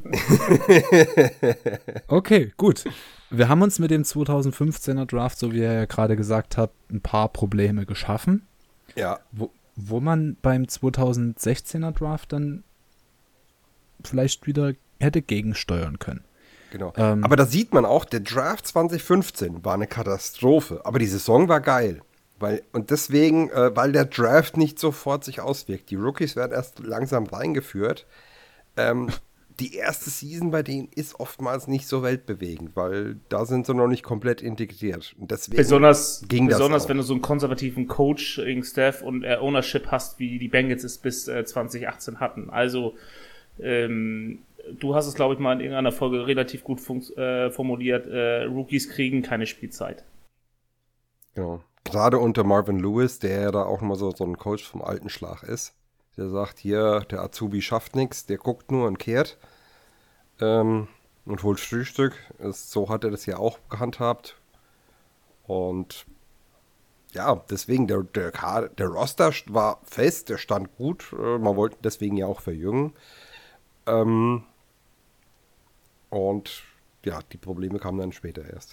Okay, gut. Wir haben uns mit dem zweitausendfünfzehner Draft, so wie er ja gerade gesagt hat, ein paar Probleme geschaffen. Ja. Wo, wo man beim zweitausendsechzehner Draft dann vielleicht wieder hätte gegensteuern können. Genau. Ähm, aber da sieht man auch, der Draft zwanzig fünfzehn war eine Katastrophe. Aber die Saison war geil. Weil, und deswegen, äh, weil der Draft nicht sofort sich auswirkt. Die Rookies werden erst langsam reingeführt. Ähm, die erste Season bei denen ist oftmals nicht so weltbewegend, weil da sind sie noch nicht komplett integriert. Und deswegen besonders ging besonders das wenn du so einen konservativen Coaching Staff und äh, Ownership hast, wie die Bengals es bis äh, zwanzig achtzehn hatten. Also ähm, du hast es, glaube ich, mal in irgendeiner Folge relativ gut fun- äh, formuliert. Äh, Rookies kriegen keine Spielzeit. Genau. Gerade unter Marvin Lewis, der ja da auch mal so, so ein Coach vom alten Schlag ist. Der sagt, hier, der Azubi schafft nichts, der guckt nur und kehrt ähm, und holt Frühstück. Es, so hat er das ja auch gehandhabt. Und ja, deswegen, der, der, der Roster war fest, der stand gut. Äh, man wollte deswegen ja auch verjüngen. Ähm, und ja, die Probleme kamen dann später erst.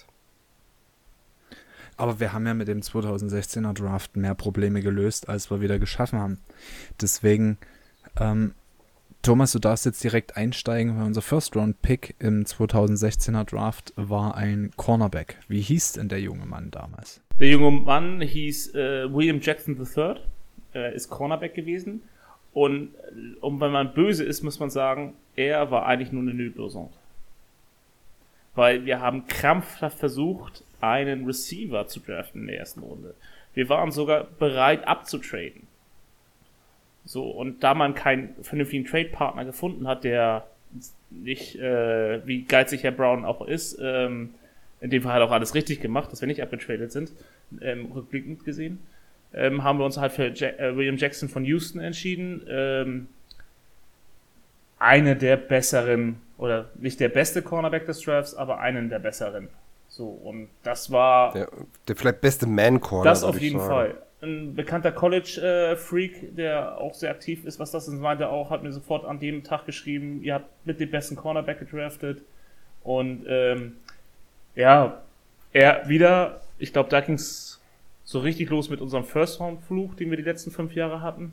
Aber wir haben ja mit dem zweitausendsechzehner Draft mehr Probleme gelöst, als wir wieder geschaffen haben. Deswegen, ähm, Thomas, du darfst jetzt direkt einsteigen, weil unser First-Round-Pick im zweitausendsechzehner Draft war ein Cornerback. Wie hieß denn der junge Mann damals? Der junge Mann hieß äh, William Jackson der Dritte, äh, ist Cornerback gewesen. Und um, wenn man böse ist, muss man sagen, er war eigentlich nur eine Notlösung. Weil wir haben krampfhaft versucht, einen Receiver zu draften in der ersten Runde. Wir waren sogar bereit abzutraden. So, und da man keinen vernünftigen Trade-Partner gefunden hat, der nicht, äh, wie geizig Herr Brown auch ist, ähm, in dem Fall hat auch alles richtig gemacht, dass wir nicht abgetradet sind, ähm, rückblickend gesehen, ähm, haben wir uns halt für ja- äh, William Jackson von Houston entschieden. Ähm, eine der besseren, oder nicht der beste Cornerback des Drafts, aber einen der besseren. So, und das war... Der, der vielleicht beste Man-Corner. Das würd auf ich jeden sagen. Fall. Ein bekannter College-Freak, der auch sehr aktiv ist, was das ist, meinte auch, hat mir sofort an dem Tag geschrieben, ihr habt mit dem besten Cornerback gedraftet. Und ähm, ja, er wieder, ich glaube, da ging es so richtig los mit unserem First-Round-Fluch, den wir die letzten fünf Jahre hatten.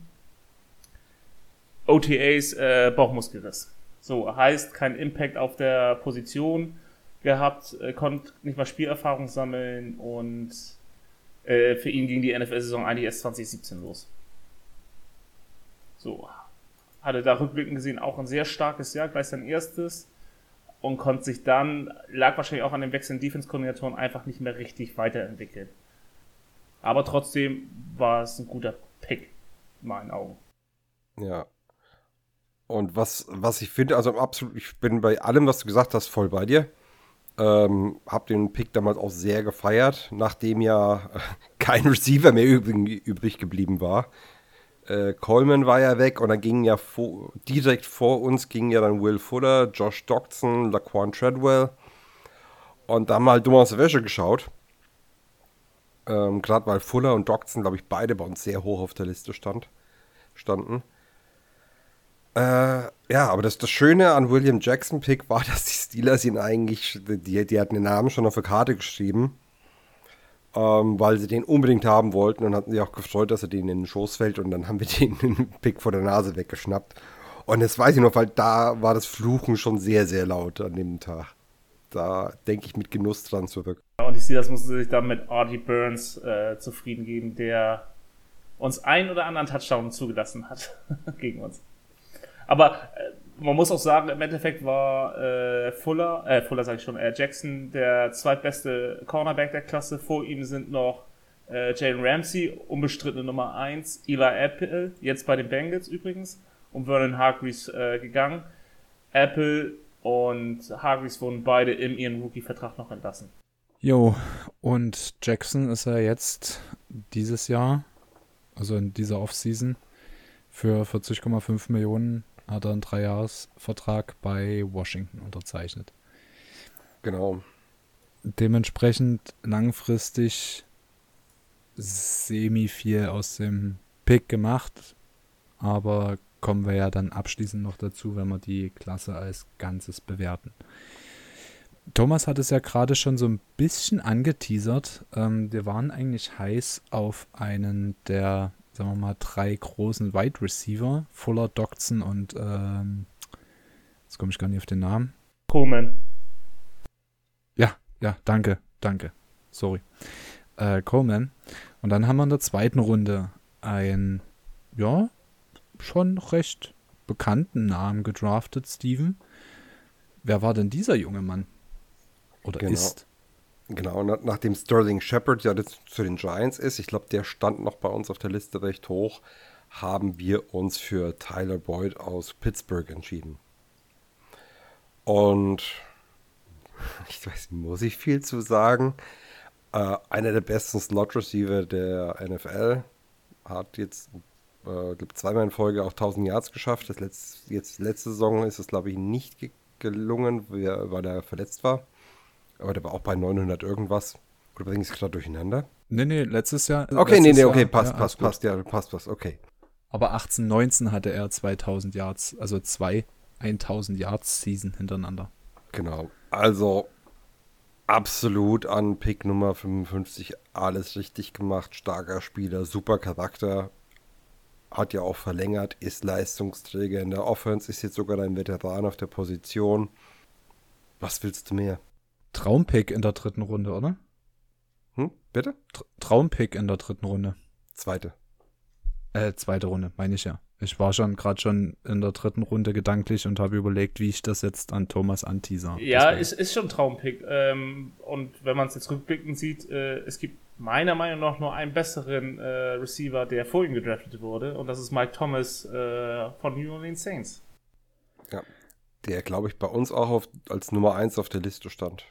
O T As, äh, Bauchmuskelriss. So, heißt, kein Impact auf der Position gehabt, äh, konnte nicht mal Spielerfahrung sammeln und äh, für ihn ging die N F L-Saison eigentlich erst zwanzig siebzehn los. So, hatte da rückblickend gesehen auch ein sehr starkes Jahr, gleich sein erstes, und konnte sich dann, lag wahrscheinlich auch an den wechselnden Defense-Koordinatoren, einfach nicht mehr richtig weiterentwickeln. Aber trotzdem war es ein guter Pick, in meinen Augen. Ja. Und was, was ich finde, also absolut, ich bin bei allem, was du gesagt hast, voll bei dir. Ähm, hab den Pick damals auch sehr gefeiert, nachdem ja kein Receiver mehr übrig, übrig geblieben war. Äh, Coleman war ja weg und dann ging ja vor, direkt vor uns ging ja dann Will Fuller, Josh Doctson, Laquan Treadwell. Und da mal dumm aus der Wäsche geschaut. Ähm, Gerade weil Fuller und Doctson, glaube ich, beide bei uns sehr hoch auf der Liste stand, standen. Äh, ja, aber das, das Schöne an William Jackson Pick war, dass die Steelers ihn eigentlich, die, die hatten den Namen schon auf der Karte geschrieben, ähm, weil sie den unbedingt haben wollten und hatten sich auch gefreut, dass er denen in den Schoß fällt und dann haben wir den Pick vor der Nase weggeschnappt. Und das weiß ich noch, weil da war das Fluchen schon sehr, sehr laut an dem Tag. Da denke ich mit Genuss dran zurück. Und die Steelers mussten sich dann mit Artie Burns äh, zufrieden geben, der uns einen oder anderen Touchdown zugelassen hat gegen uns. Aber äh, man muss auch sagen, im Endeffekt war äh, Fuller, äh, Fuller sage ich schon, äh, Jackson der zweitbeste Cornerback der Klasse. Vor ihm sind noch äh, Jalen Ramsey, unbestrittene Nummer eins, Eli Apple, jetzt bei den Bengals übrigens, und Vernon Hargreaves äh, gegangen. Apple und Hargreaves wurden beide in ihren Rookie-Vertrag noch entlassen. Jo, und Jackson ist ja jetzt dieses Jahr, also in dieser Offseason, für vierzig Komma fünf Millionen hat er einen Dreijahresvertrag bei Washington unterzeichnet. Genau. Dementsprechend langfristig semi viel aus dem Pick gemacht, aber kommen wir ja dann abschließend noch dazu, wenn wir die Klasse als Ganzes bewerten. Thomas hat es ja gerade schon so ein bisschen angeteasert. Ähm, wir waren eigentlich heiß auf einen der, sagen wir mal, drei großen Wide Receiver, Fuller, Doctson und ähm, jetzt komme ich gar nicht auf den Namen. Coleman. Ja, ja, danke, danke. Sorry. Äh, Coleman. Und dann haben wir in der zweiten Runde einen, ja, schon recht bekannten Namen gedraftet, Steven. Wer war denn dieser junge Mann? Oder Genau. ist? Genau, nach, nachdem Sterling Shepard ja das zu den Giants ist, ich glaube, der stand noch bei uns auf der Liste recht hoch, haben wir uns für Tyler Boyd aus Pittsburgh entschieden. Und ich weiß nicht, muss ich viel zu sagen. Äh, einer der besten Slot-Receiver der N F L, hat jetzt äh, glaub, zweimal in Folge auch tausend Yards geschafft. Das letzte, jetzt letzte Saison ist es, glaube ich, nicht ge- gelungen, weil er verletzt war. Aber der war auch bei neunhundert irgendwas. Oder bringe ich es gerade durcheinander? Nee, nee, letztes Jahr. Okay, letztes nee, nee, Jahr, okay, passt, ja, passt, alles passt, ja, passt, passt, okay. Aber achtzehn neunzehn hatte er zweitausend Yards, also zwei tausend Yards Season hintereinander. Genau, also absolut an Pick Nummer fünfundfünfzig alles richtig gemacht. Starker Spieler, super Charakter. Hat ja auch verlängert, ist Leistungsträger in der Offense, ist jetzt sogar ein Veteran auf der Position. Was willst du mehr? Traumpick in der dritten Runde, oder? Hm, bitte? Tr- Traumpick in der dritten Runde. Zweite. Äh, zweite Runde, meine ich ja. Ich war schon gerade schon in der dritten Runde gedanklich und habe überlegt, wie ich das jetzt an Thomas anteaser. Ja, Deswegen. ist, ist schon ein Traumpick. Ähm, und wenn man es jetzt rückblickend sieht, äh, es gibt meiner Meinung nach nur einen besseren äh, Receiver, der vor ihm gedraftet wurde. Und das ist Mike Thomas äh, von New Orleans Saints. Ja, der, glaube ich, bei uns auch auf, als Nummer eins auf der Liste stand.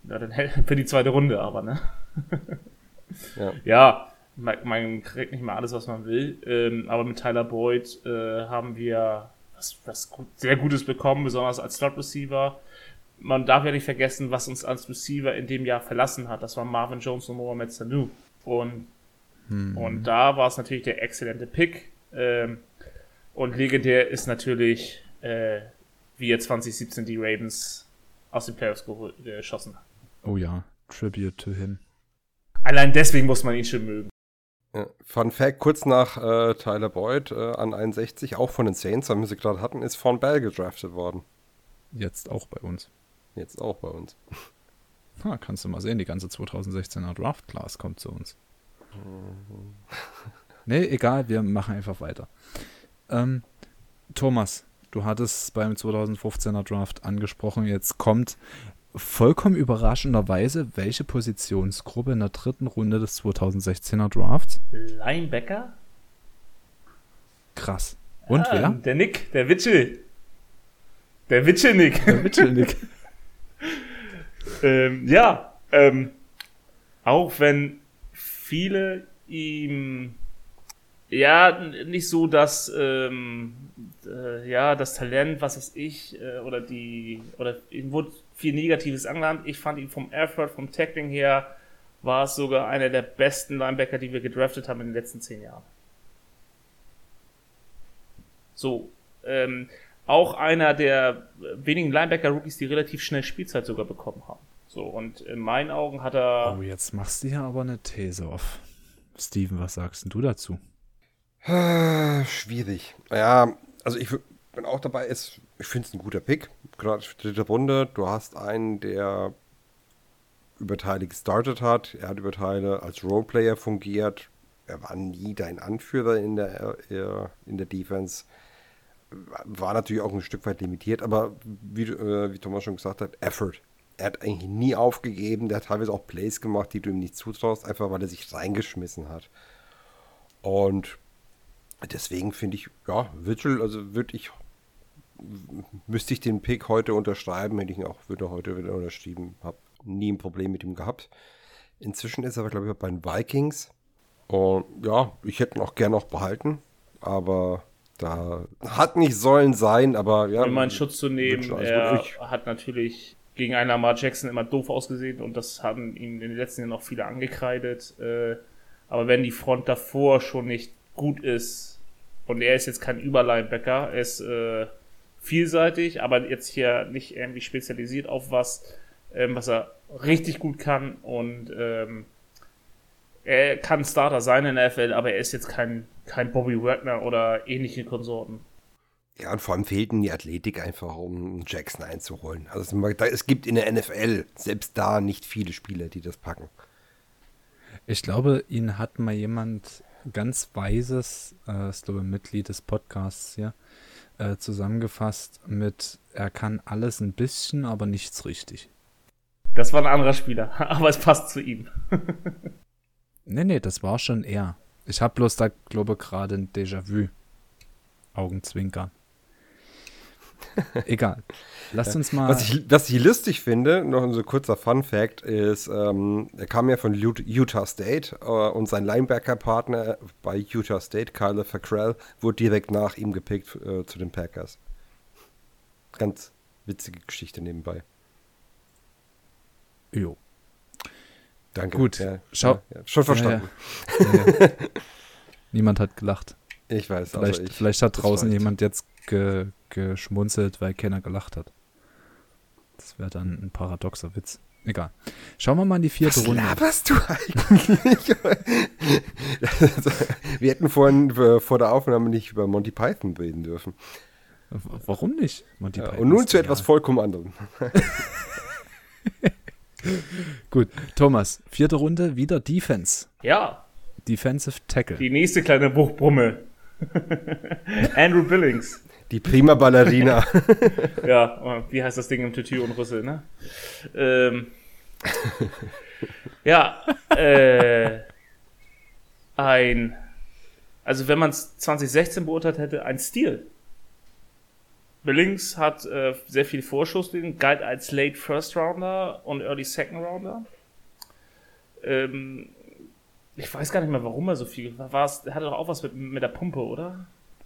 Ja, dann für die zweite Runde aber, ne? Ja. Ja, man, man kriegt nicht mal alles, was man will. Ähm, aber mit Tyler Boyd äh, haben wir was, was gut, sehr Gutes bekommen, besonders als Slot-Receiver. Man darf ja nicht vergessen, was uns als Receiver in dem Jahr verlassen hat. Das waren Marvin Jones und Mohamed Sanu. Und, hm. und da war es natürlich der exzellente Pick. Ähm, und legendär ist natürlich, äh, wie er zwanzig siebzehn die Ravens aus den Playoffs geschossen hat. Oh ja, Tribute to him. Allein deswegen muss man ihn schon mögen. Ja, Fun Fact, kurz nach äh, Tyler Boyd äh, an einundsechzig, auch von den Saints, weil wir sie gerade hatten, ist Von Bell gedraftet worden. Jetzt auch bei uns. Jetzt auch bei uns. Ha, kannst du mal sehen, die ganze zwanzig sechzehner Draft-Class kommt zu uns. Mhm. Nee, egal, wir machen einfach weiter. Ähm, Thomas, du hattest beim zwanzig fünfzehner Draft angesprochen, jetzt kommt vollkommen überraschenderweise welche Positionsgruppe in der dritten Runde des zwanzig sechzehner Drafts? Linebacker? Krass. Und ah, wer? Der Nick, der Witschel. Der Witschel-Nick. Der Witschel-Nick. ähm, ja, ähm, auch wenn viele ihm ja nicht so das ähm, äh, ja das Talent, was weiß ich, äh, oder die oder ihm wurde viel Negatives angelangt. Ich fand ihn vom Effort, vom Tackling her, war es sogar einer der besten Linebacker, die wir gedraftet haben in den letzten zehn Jahren. So, ähm, auch einer der wenigen Linebacker-Rookies, die relativ schnell Spielzeit sogar bekommen haben. So, und in meinen Augen hat er... Oh, jetzt machst du hier aber eine These auf. Steven, was sagst denn du dazu? Schwierig. Ja, also ich bin auch dabei, ist, ich finde es ein guter Pick. Gerade für die dritte Runde. Du hast einen, der über Teile gestartet hat. Er hat über Teile als Roleplayer fungiert. Er war nie dein Anführer in der, in der Defense. War natürlich auch ein Stück weit limitiert, aber wie, äh, wie Thomas schon gesagt hat, Effort. Er hat eigentlich nie aufgegeben. Der hat teilweise auch Plays gemacht, die du ihm nicht zutraust, einfach weil er sich reingeschmissen hat. Und deswegen finde ich, ja, Virtual, also würde ich, müsste ich den Pick heute unterschreiben, hätte ich ihn auch würde heute wieder unterschrieben. Habe nie ein Problem mit ihm gehabt. Inzwischen ist er aber, glaube ich, bei den Vikings. Und ja, ich hätte ihn auch gerne noch behalten, aber da hat nicht sollen sein, aber ja. Um mal in Schutz zu nehmen, er hat natürlich gegen einen Lamar Jackson immer doof ausgesehen und das haben ihn in den letzten Jahren auch viele angekreidet. Aber wenn die Front davor schon nicht gut ist und er ist jetzt kein Überlinebacker, er ist äh, vielseitig, aber jetzt hier nicht irgendwie spezialisiert auf was, ähm, was er richtig gut kann und ähm, er kann Starter sein in der N F L, aber er ist jetzt kein, kein Bobby Wagner oder ähnliche Konsorten. Ja, und vor allem fehlt ihm die Athletik einfach, um Jackson einzuholen. Also es gibt in der N F L selbst da nicht viele Spieler, die das packen. Ich glaube, ihn hat mal jemand ganz Weises, äh, ist glaube ich Mitglied des Podcasts hier, äh, zusammengefasst mit, er kann alles ein bisschen, aber nichts richtig. Das war ein anderer Spieler, aber es passt zu ihm. Nee, nee, das war schon er. Ich habe bloß da, glaube ich, gerade ein Déjà-vu. Augenzwinkern. Egal. Lasst uns mal... Was ich, was ich lustig finde, noch ein so kurzer Fun-Fact, ist, ähm, er kam ja von Utah State äh, und sein Linebacker-Partner bei Utah State, Kyler Fackrell, wurde direkt nach ihm gepickt äh, zu den Packers. Ganz witzige Geschichte nebenbei. Jo. Danke. Gut, ja, schau. Ja, ja. Schon verstanden. Ja, ja. Ja, ja. Niemand hat gelacht. Ich weiß, vielleicht, also ich, vielleicht hat draußen weiß. jemand jetzt ge, geschmunzelt, weil keiner gelacht hat. Das wäre dann ein paradoxer Witz. Egal. Schauen wir mal in die vierte Was Runde. Was laberst du eigentlich? Wir hätten vorhin vor der Aufnahme nicht über Monty Python reden dürfen. Warum nicht? Monty ja, und nun zu etwas vollkommen anderem. Gut, Thomas, vierte Runde, wieder Defense. Ja. Defensive Tackle. Die nächste kleine Bruchbrumme. Andrew Billings. Die prima Ballerina. Ja, wie heißt das Ding im Tütü und Rüssel, ne? Ähm, ja, äh, ein, also wenn man es zwanzig sechzehn beurteilt hätte, ein Stil. Billings hat äh, sehr viel Vorschuss, galt als Late First Rounder und Early Second Rounder. Ähm, ich weiß gar nicht mehr, warum er so viel war. Er hatte doch auch was mit, mit der Pumpe, oder?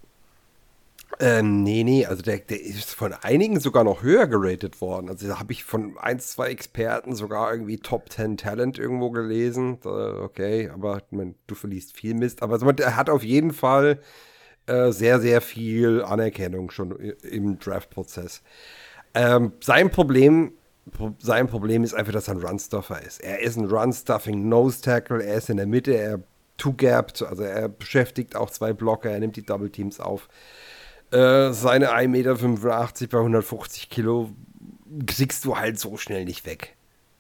Ähm, nee, nee, also der, der ist von einigen sogar noch höher geratet worden. Also da habe ich von ein, zwei Experten sogar irgendwie Top zehn Talent irgendwo gelesen. Da, okay, aber man, du verliest viel Mist. Aber also, er hat auf jeden Fall äh, sehr, sehr viel Anerkennung schon im Draft-Prozess. Ähm, sein Problem, sein Problem ist einfach, dass er ein Run-Stuffer ist. Er ist ein Run-Stuffing Nose-Tackle, er ist in der Mitte, er two-gapped, also er beschäftigt auch zwei Blocker, er nimmt die Double-Teams auf. Seine ein Meter fünfundachtzig bei hundertfünfzig Kilo kriegst du halt so schnell nicht weg.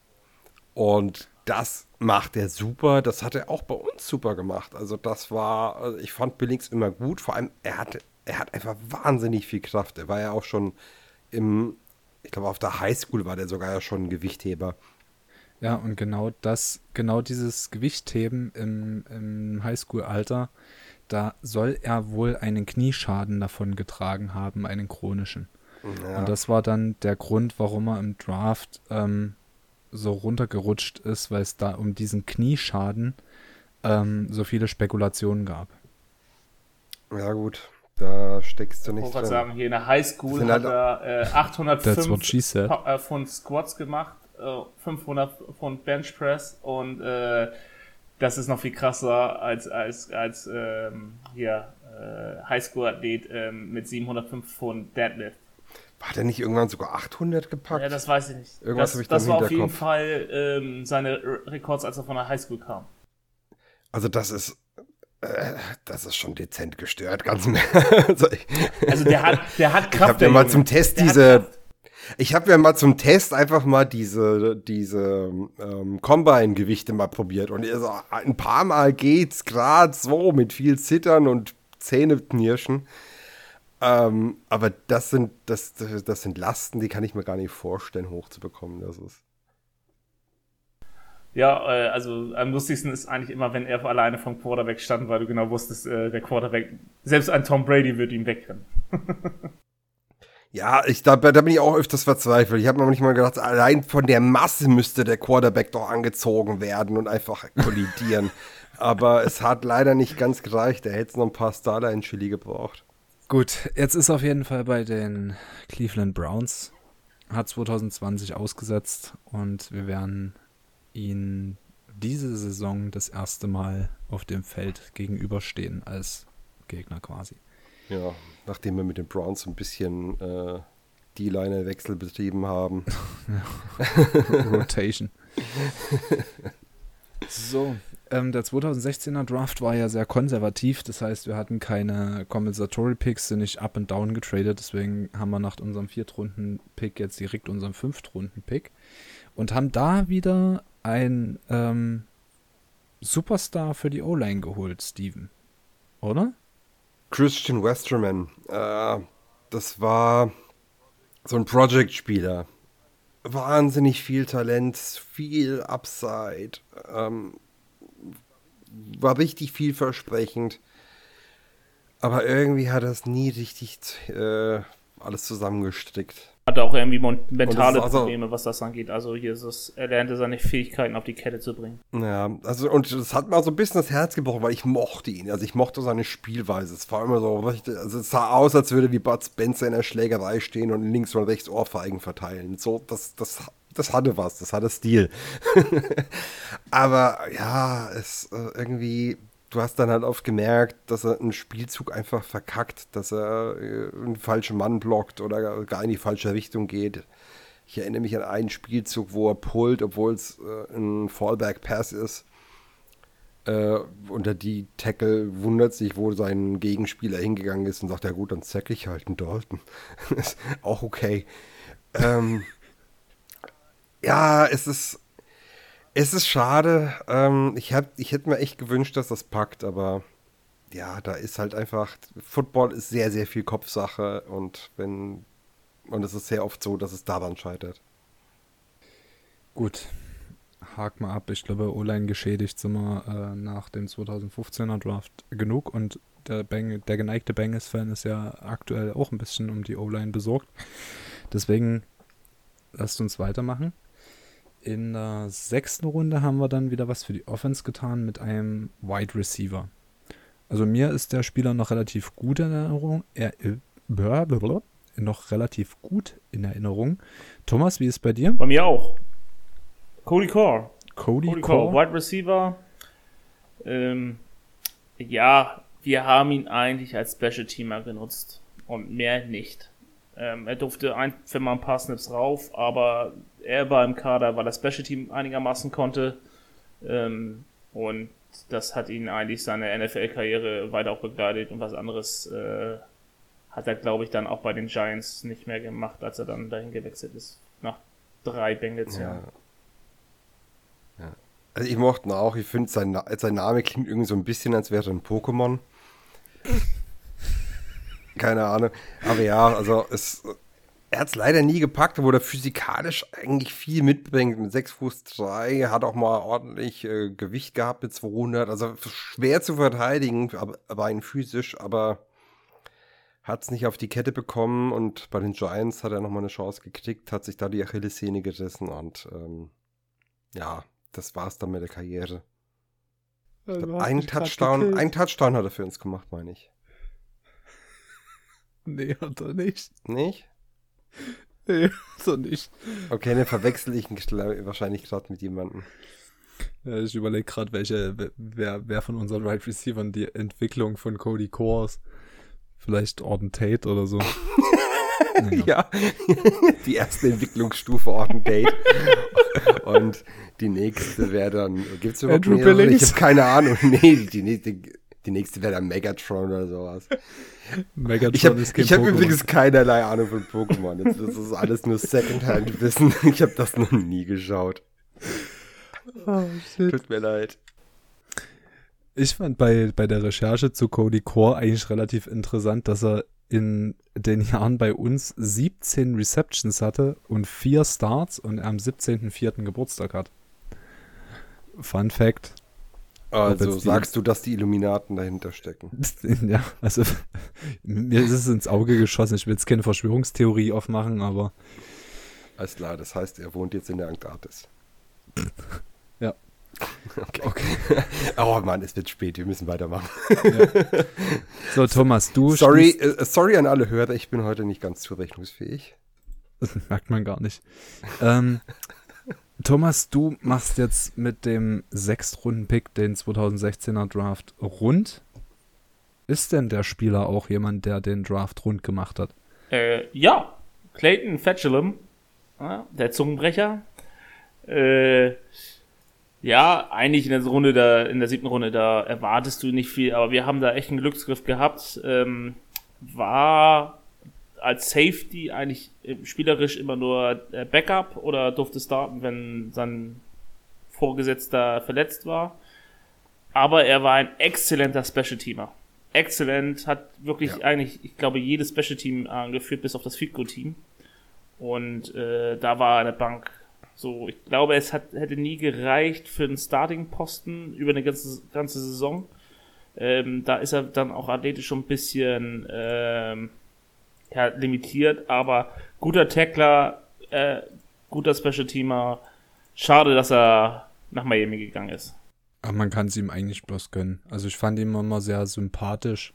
Und das macht er super. Das hat er auch bei uns super gemacht. Also das war, also ich fand Billings immer gut. Vor allem, er hatte, er hat einfach wahnsinnig viel Kraft. Er war ja auch schon im, ich glaube auf der Highschool war der sogar ja schon ein Gewichtheber. Ja, und genau das, genau dieses Gewichtheben im, im Highschool-Alter, da soll er wohl einen Knieschaden davon getragen haben, einen chronischen. Ja. Und das war dann der Grund, warum er im Draft ähm, so runtergerutscht ist, weil es da um diesen Knieschaden ähm, so viele Spekulationen gab. Ja gut, da steckst du nicht Ich wollte drin. sagen, hier in der Highschool hat halt er äh, achthundertfünf Pa- äh, Pfund Squats gemacht, äh, fünfhundert Pfund Bench Press und äh, das ist noch viel krasser als als als ähm, hier äh, Highschool-Athlet ähm, mit siebenhundertfünf Pfund Deadlift. Hat er nicht irgendwann sogar achthundert gepackt? Ja, das weiß ich nicht. Irgendwas das habe ich da das im war auf jeden Hinterkopf. Fall ähm, seine R- Rekords, als er von der Highschool kam. Also das ist, äh, das ist schon dezent gestört, ganz mehr. also ich, Also der hat der hat ich Kraft. habe der ja mal Junge. zum Test Der hat diese, Kraft. ich habe ja mal zum Test einfach mal diese, diese ähm, Combine-Gewichte mal probiert und so, ein paar Mal geht's gerade so mit viel Zittern und Zähneknirschen. Ähm, aber das sind, das, das sind Lasten, die kann ich mir gar nicht vorstellen, hochzubekommen. Das ist. Ja, äh, also am lustigsten ist eigentlich immer, wenn er alleine vom Quarterback stand, weil du genau wusstest, äh, der Quarterback, selbst ein Tom Brady wird ihn wegrennen. Ja, ich, da, da bin ich auch öfters verzweifelt. Ich habe mir manchmal gedacht, allein von der Masse müsste der Quarterback doch angezogen werden und einfach kollidieren. Aber es hat leider nicht ganz gereicht. Er hätte noch ein paar Starter in Chili gebraucht. Gut, jetzt ist auf jeden Fall bei den Cleveland Browns, hat zwanzig zwanzig ausgesetzt und wir werden ihn diese Saison das erste Mal auf dem Feld gegenüberstehen als Gegner quasi. Ja, nachdem wir mit den Browns ein bisschen äh, D-Liner-Wechsel betrieben haben. Rotation. So, ähm, der zwanzig sechzehner Draft war ja sehr konservativ, das heißt, wir hatten keine Compensatory Picks, sind nicht up and down getradet, deswegen haben wir nach unserem Viertrunden-Pick jetzt direkt unseren Fünftrunden-Pick und haben da wieder ein ähm, Superstar für die O-Line geholt, Steven. Oder? Christian Westerman. Äh, das war so ein Project-Spieler. Wahnsinnig viel Talent, viel Upside. Ähm, war richtig vielversprechend. Aber irgendwie hat er es nie richtig äh, alles zusammengestrickt. Hat auch irgendwie mon- mentale also, Probleme, was das angeht. Also hier ist es, er lernte seine Fähigkeiten auf die Kette zu bringen. Ja, also und das hat mir so ein bisschen das Herz gebrochen, weil ich mochte ihn. Also ich mochte seine Spielweise. Es war immer so, also es sah aus, als würde wie Bud Spencer in der Schlägerei stehen und links und rechts Ohrfeigen verteilen. So, das, das, das hatte was, das hatte Stil. Aber ja, es äh, irgendwie, du hast dann halt oft gemerkt, dass er einen Spielzug einfach verkackt, dass er äh, einen falschen Mann blockt oder gar in die falsche Richtung geht. Ich erinnere mich an einen Spielzug, wo er pullt, obwohl es äh, ein Fallback-Pass ist. Äh, und der die Tackle wundert sich, wo sein Gegenspieler hingegangen ist und sagt, ja gut, dann zack ich halt einen Dalton. Ist auch okay. Ähm, ja, es ist es ist schade. Ähm, ich, hab, ich hätte mir echt gewünscht, dass das packt, aber ja, da ist halt einfach, Football ist sehr, sehr viel Kopfsache und wenn und es ist sehr oft so, dass es daran scheitert. Gut, hak mal ab. Ich glaube, O-Line geschädigt sind wir äh, nach dem zwanzig fünfzehner Draft genug und der, Beng- der geneigte Bengals-Fan ist ja aktuell auch ein bisschen um die O-Line besorgt. Deswegen lasst uns weitermachen. In der sechsten Runde haben wir dann wieder was für die Offense getan mit einem Wide Receiver. Also mir ist der Spieler noch relativ gut in Erinnerung. Er äh, blablabla, noch relativ gut in Erinnerung. Thomas, wie ist es bei dir? Bei mir auch. Cody Core. Cody, Cody Core. Core, Wide Receiver. Ähm, ja, wir haben ihn eigentlich als Special Teamer genutzt und mehr nicht. Ähm, er durfte ein, für mal ein paar Snaps rauf, aber er war im Kader, weil er Special Team einigermaßen konnte. Ähm, und das hat ihn eigentlich seine N F L-Karriere weiter auch begleitet und was anderes äh, hat er, glaube ich, dann auch bei den Giants nicht mehr gemacht, als er dann dahin gewechselt ist. Nach drei Bengals-Jahren. Ja. Ja. Also ich mochte ihn auch. Ich finde, sein, Na- sein Name klingt irgendwie so ein bisschen, als wäre er ein Pokémon. Keine Ahnung. Aber ja, also es, er hat es leider nie gepackt, obwohl er physikalisch eigentlich viel mitbringt. Mit sechs Fuß drei, hat auch mal ordentlich äh, Gewicht gehabt mit zweihundert. Also schwer zu verteidigen, aber rein physisch, aber hat es nicht auf die Kette bekommen und bei den Giants hat er nochmal eine Chance gekriegt, hat sich da die Achillessehne gerissen und ähm, ja, das war's dann mit der Karriere. Ich glaub, ein Touchdown, ein Touchdown hat er für uns gemacht, meine ich. Nee, hat er nicht. Nicht? Nee, hat er nicht. Okay, dann verwechsel ich ihn gl- wahrscheinlich gerade mit jemandem. Ja, ich überlege gerade, welche, wer, wer von unseren Wide Receivern die Entwicklung von Cody Core ist. Vielleicht Orton Tate oder so. Ja, die erste Entwicklungsstufe Orton Tate. Und die nächste wäre dann, gibt's überhaupt Andrew mehrere? Billings? Ich habe keine Ahnung. Nee, die nächste, die nächste wäre dann Megatron oder sowas. Megatron Ich habe ist kein ich hab Pokémon. übrigens keinerlei Ahnung von Pokémon. Das, das ist alles nur Secondhand-Wissen. Ich habe das noch nie geschaut. Oh, shit. Tut mir leid. Ich fand bei, bei der Recherche zu Cody Core eigentlich relativ interessant, dass er in den Jahren bei uns siebzehn Receptions hatte und vier Starts und er am siebzehnten vierten Geburtstag hat. Fun Fact. Also jetzt die- sagst du, dass die Illuminaten dahinter stecken? Ja, also mir ist es ins Auge geschossen. Ich will jetzt keine Verschwörungstheorie aufmachen, aber Alles klar, das heißt, er wohnt jetzt in der Antarktis. Ja. Okay. okay. Oh Mann, es wird spät, wir müssen weitermachen. ja. So, Thomas, du Sorry, spielst- äh, sorry an alle Hörer, ich bin heute nicht ganz zurechnungsfähig. Das merkt man gar nicht. ähm, Thomas, du machst jetzt mit dem Sechstrunden-Pick den zweitausendsechzehner Draft rund. Ist denn der Spieler auch jemand, der den Draft rund gemacht hat? Äh, ja, Clayton Fetchelum, ja, der Zungenbrecher. Äh, ja, eigentlich in der Runde da, in der siebten Runde, da erwartest du nicht viel, aber wir haben da echt einen Glücksgriff gehabt. Ähm, war als Safety eigentlich spielerisch immer nur Backup oder durfte starten, wenn sein Vorgesetzter verletzt war. Aber er war ein exzellenter Special-Teamer. Exzellent, hat wirklich Ja. eigentlich, ich glaube, jedes Special-Team angeführt, bis auf das Field-Goal-Team. Und äh, da war eine Bank. So, ich glaube, es hat, hätte nie gereicht für einen Starting-Posten über eine ganze, ganze Saison. Ähm, da ist er dann auch athletisch schon ein bisschen ähm, ja, limitiert, aber guter Tackler, äh, guter Special-Teamer. Schade, dass er nach Miami gegangen ist. Aber man kann es ihm eigentlich bloß gönnen. Also ich fand ihn immer sehr sympathisch.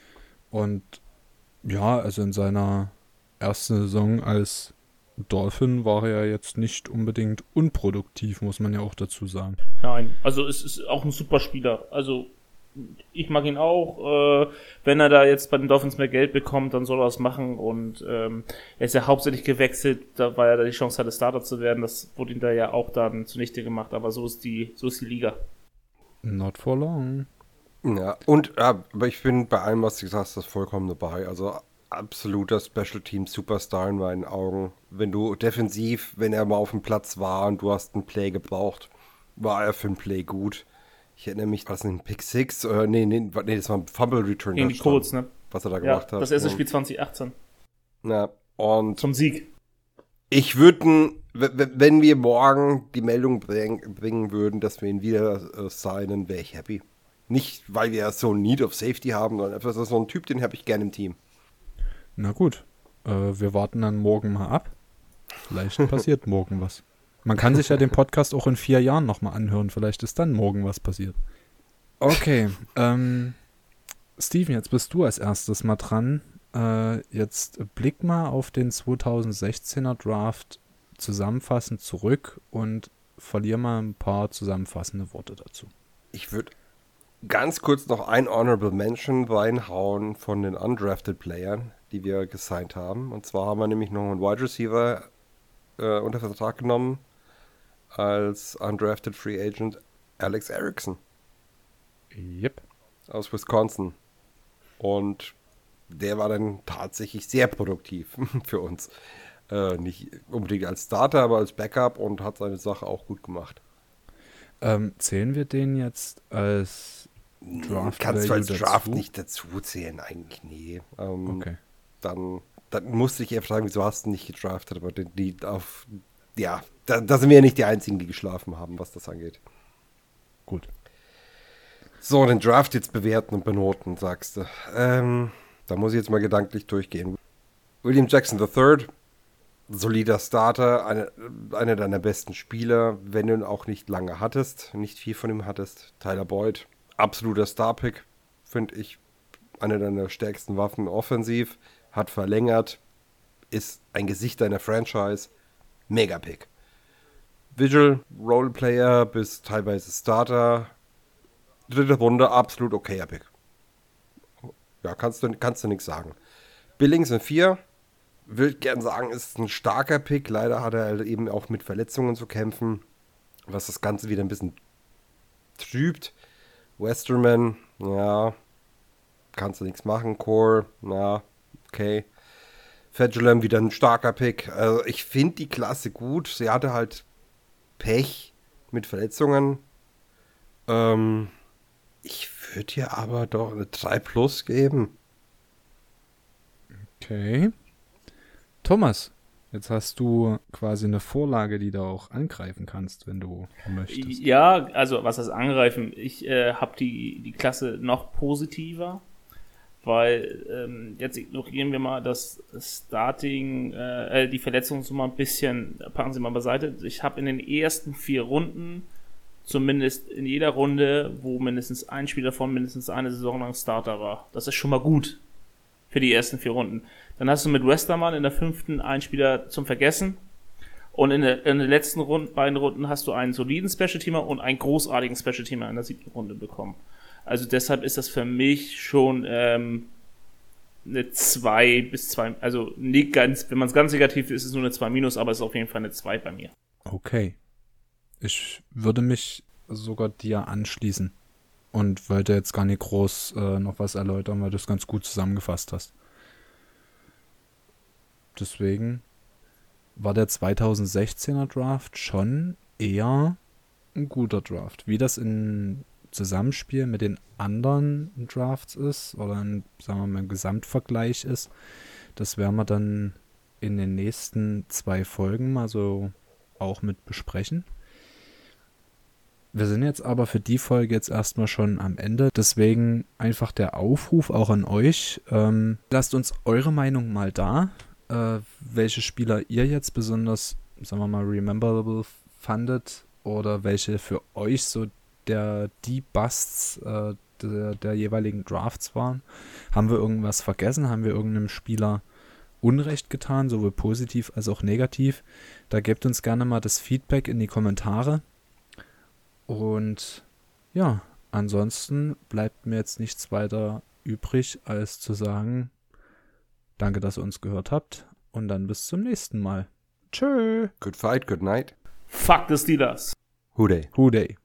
Und ja, also in seiner ersten Saison als Dolphin war er ja jetzt nicht unbedingt unproduktiv, muss man ja auch dazu sagen. Nein, also es ist auch ein super Spieler. Also ich mag ihn auch. Äh, wenn er da jetzt bei den Dolphins mehr Geld bekommt, dann soll er es machen. Und ähm, er ist ja hauptsächlich gewechselt, da weil er da die Chance hatte, Starter zu werden. Das wurde ihm da ja auch dann zunichte gemacht. Aber so ist die, so ist die Liga. Not for long. Ja, und ja, aber ich bin bei allem, was du gesagt hast, vollkommen dabei. Also absoluter Special Team Superstar in meinen Augen. Wenn du defensiv, wenn er mal auf dem Platz war und du hast einen Play gebraucht, war er für ein Play gut. Ich erinnere mich, war das ein Pick Six? Oder nee, nee, nee, das war ein Fumble Return. Gegen die Colts, ne? Was er da Ja, gemacht hat. das erste Und- Spiel zwanzig achtzehn. Ja, und Zum Sieg. ich würde, wenn wir morgen die Meldung bring, bringen würden, dass wir ihn wieder äh, signen, wäre ich happy. Nicht, weil wir so ein Need of Safety haben, sondern einfach so ein Typ, den habe ich gerne im Team. Na gut, äh, wir warten dann morgen mal ab. Vielleicht passiert morgen was. Man kann sich ja den Podcast auch in vier Jahren nochmal anhören. Vielleicht ist dann morgen was passiert. Okay, ähm, Steven, jetzt bist du als erstes mal dran. Äh, jetzt blick mal auf den zweitausendsechzehner Draft zusammenfassend zurück und verlier mal ein paar zusammenfassende Worte dazu. Ich würde ganz kurz noch ein Honorable Mention reinhauen von den undrafted Playern, die wir gesigned haben. Und zwar haben wir nämlich noch einen Wide Receiver äh, unter Vertrag genommen als undrafted Free Agent Alex Erickson. Yep. Aus Wisconsin. Und der war dann tatsächlich sehr produktiv für uns. Äh, nicht unbedingt als Starter, aber als Backup und hat seine Sache auch gut gemacht. Ähm, zählen wir den jetzt als Draft Kannst du als Value Draft dazu? nicht dazu zählen, eigentlich, nee. Ähm, Okay. Dann, dann musste ich einfach sagen, wieso hast du nicht gedraftet, aber die, die auf, ja, da, da sind wir ja nicht die Einzigen, die geschlafen haben, was das angeht. Gut. So, den Draft jetzt bewerten und benoten, sagst du. Ähm, da muss ich jetzt mal gedanklich durchgehen. William Jackson der Dritte, solider Starter, eine, einer deiner besten Spieler, wenn du ihn auch nicht lange hattest, nicht viel von ihm hattest. Tyler Boyd, absoluter Star-Pick, finde ich, einer deiner stärksten Waffen offensiv, hat verlängert, ist ein Gesicht deiner Franchise, Mega-Pick. Vigil, Roleplayer bis teilweise Starter, dritte Runde, absolut okayer Pick. Ja, kannst du, kannst du nichts sagen. Billings in vier, würde gern sagen, ist ein starker Pick. Leider hat er halt eben auch mit Verletzungen zu kämpfen, was das Ganze wieder ein bisschen trübt. Westerman, ja, kannst du nichts machen. Core, ja, okay. Fedulum wieder ein starker Pick. Also ich finde die Klasse gut. Sie hatte halt Pech mit Verletzungen. Ähm, ich würde ihr aber doch eine drei plus geben. Okay. Thomas, jetzt hast du quasi eine Vorlage, die du auch angreifen kannst, wenn du möchtest. Ja, also was heißt angreifen? Ich äh, habe die, die Klasse noch positiver, weil ähm, jetzt ignorieren wir mal das Starting, äh, die Verletzungsnummer ein bisschen, packen Sie mal beiseite. Ich habe in den ersten vier Runden, zumindest in jeder Runde, wo mindestens ein Spieler von mindestens eine Saison lang Starter war. Das ist schon mal gut für die ersten vier Runden. Dann hast du mit Westermann in der fünften einen Spieler zum Vergessen. Und in, der, in den letzten Runden, beiden Runden hast du einen soliden Special-Teamer und einen großartigen Special-Teamer in der siebten Runde bekommen. Also deshalb ist das für mich schon ähm, eine zwei bis zwei, also nicht ganz, wenn man es ganz negativ ist, ist es nur eine zwei minus, aber es ist auf jeden Fall eine zwei bei mir. Okay. Ich würde mich sogar dir anschließen und wollte jetzt gar nicht groß äh, noch was erläutern, weil du es ganz gut zusammengefasst hast. Deswegen war der zweitausendsechzehner Draft schon eher ein guter Draft. Wie das in Zusammenspiel mit den anderen Drafts ist oder ein, sagen wir mal, im Gesamtvergleich ist, das werden wir dann in den nächsten zwei Folgen mal so auch mit besprechen. Wir sind jetzt aber für die Folge jetzt erstmal schon am Ende. Deswegen einfach der Aufruf auch an euch. Ähm, lasst uns eure Meinung mal da, äh, welche Spieler ihr jetzt besonders, sagen wir mal, rememberable fandet oder welche für euch so der die Busts äh, der, der jeweiligen Drafts waren. Haben wir irgendwas vergessen? Haben wir irgendeinem Spieler Unrecht getan, sowohl positiv als auch negativ? Da gebt uns gerne mal das Feedback in die Kommentare. Und ja, ansonsten bleibt mir jetzt nichts weiter übrig, als zu sagen, danke, dass ihr uns gehört habt und dann bis zum nächsten Mal. Tschö. Good fight, good night. Fuck the Steelers. Who dey? Who dey?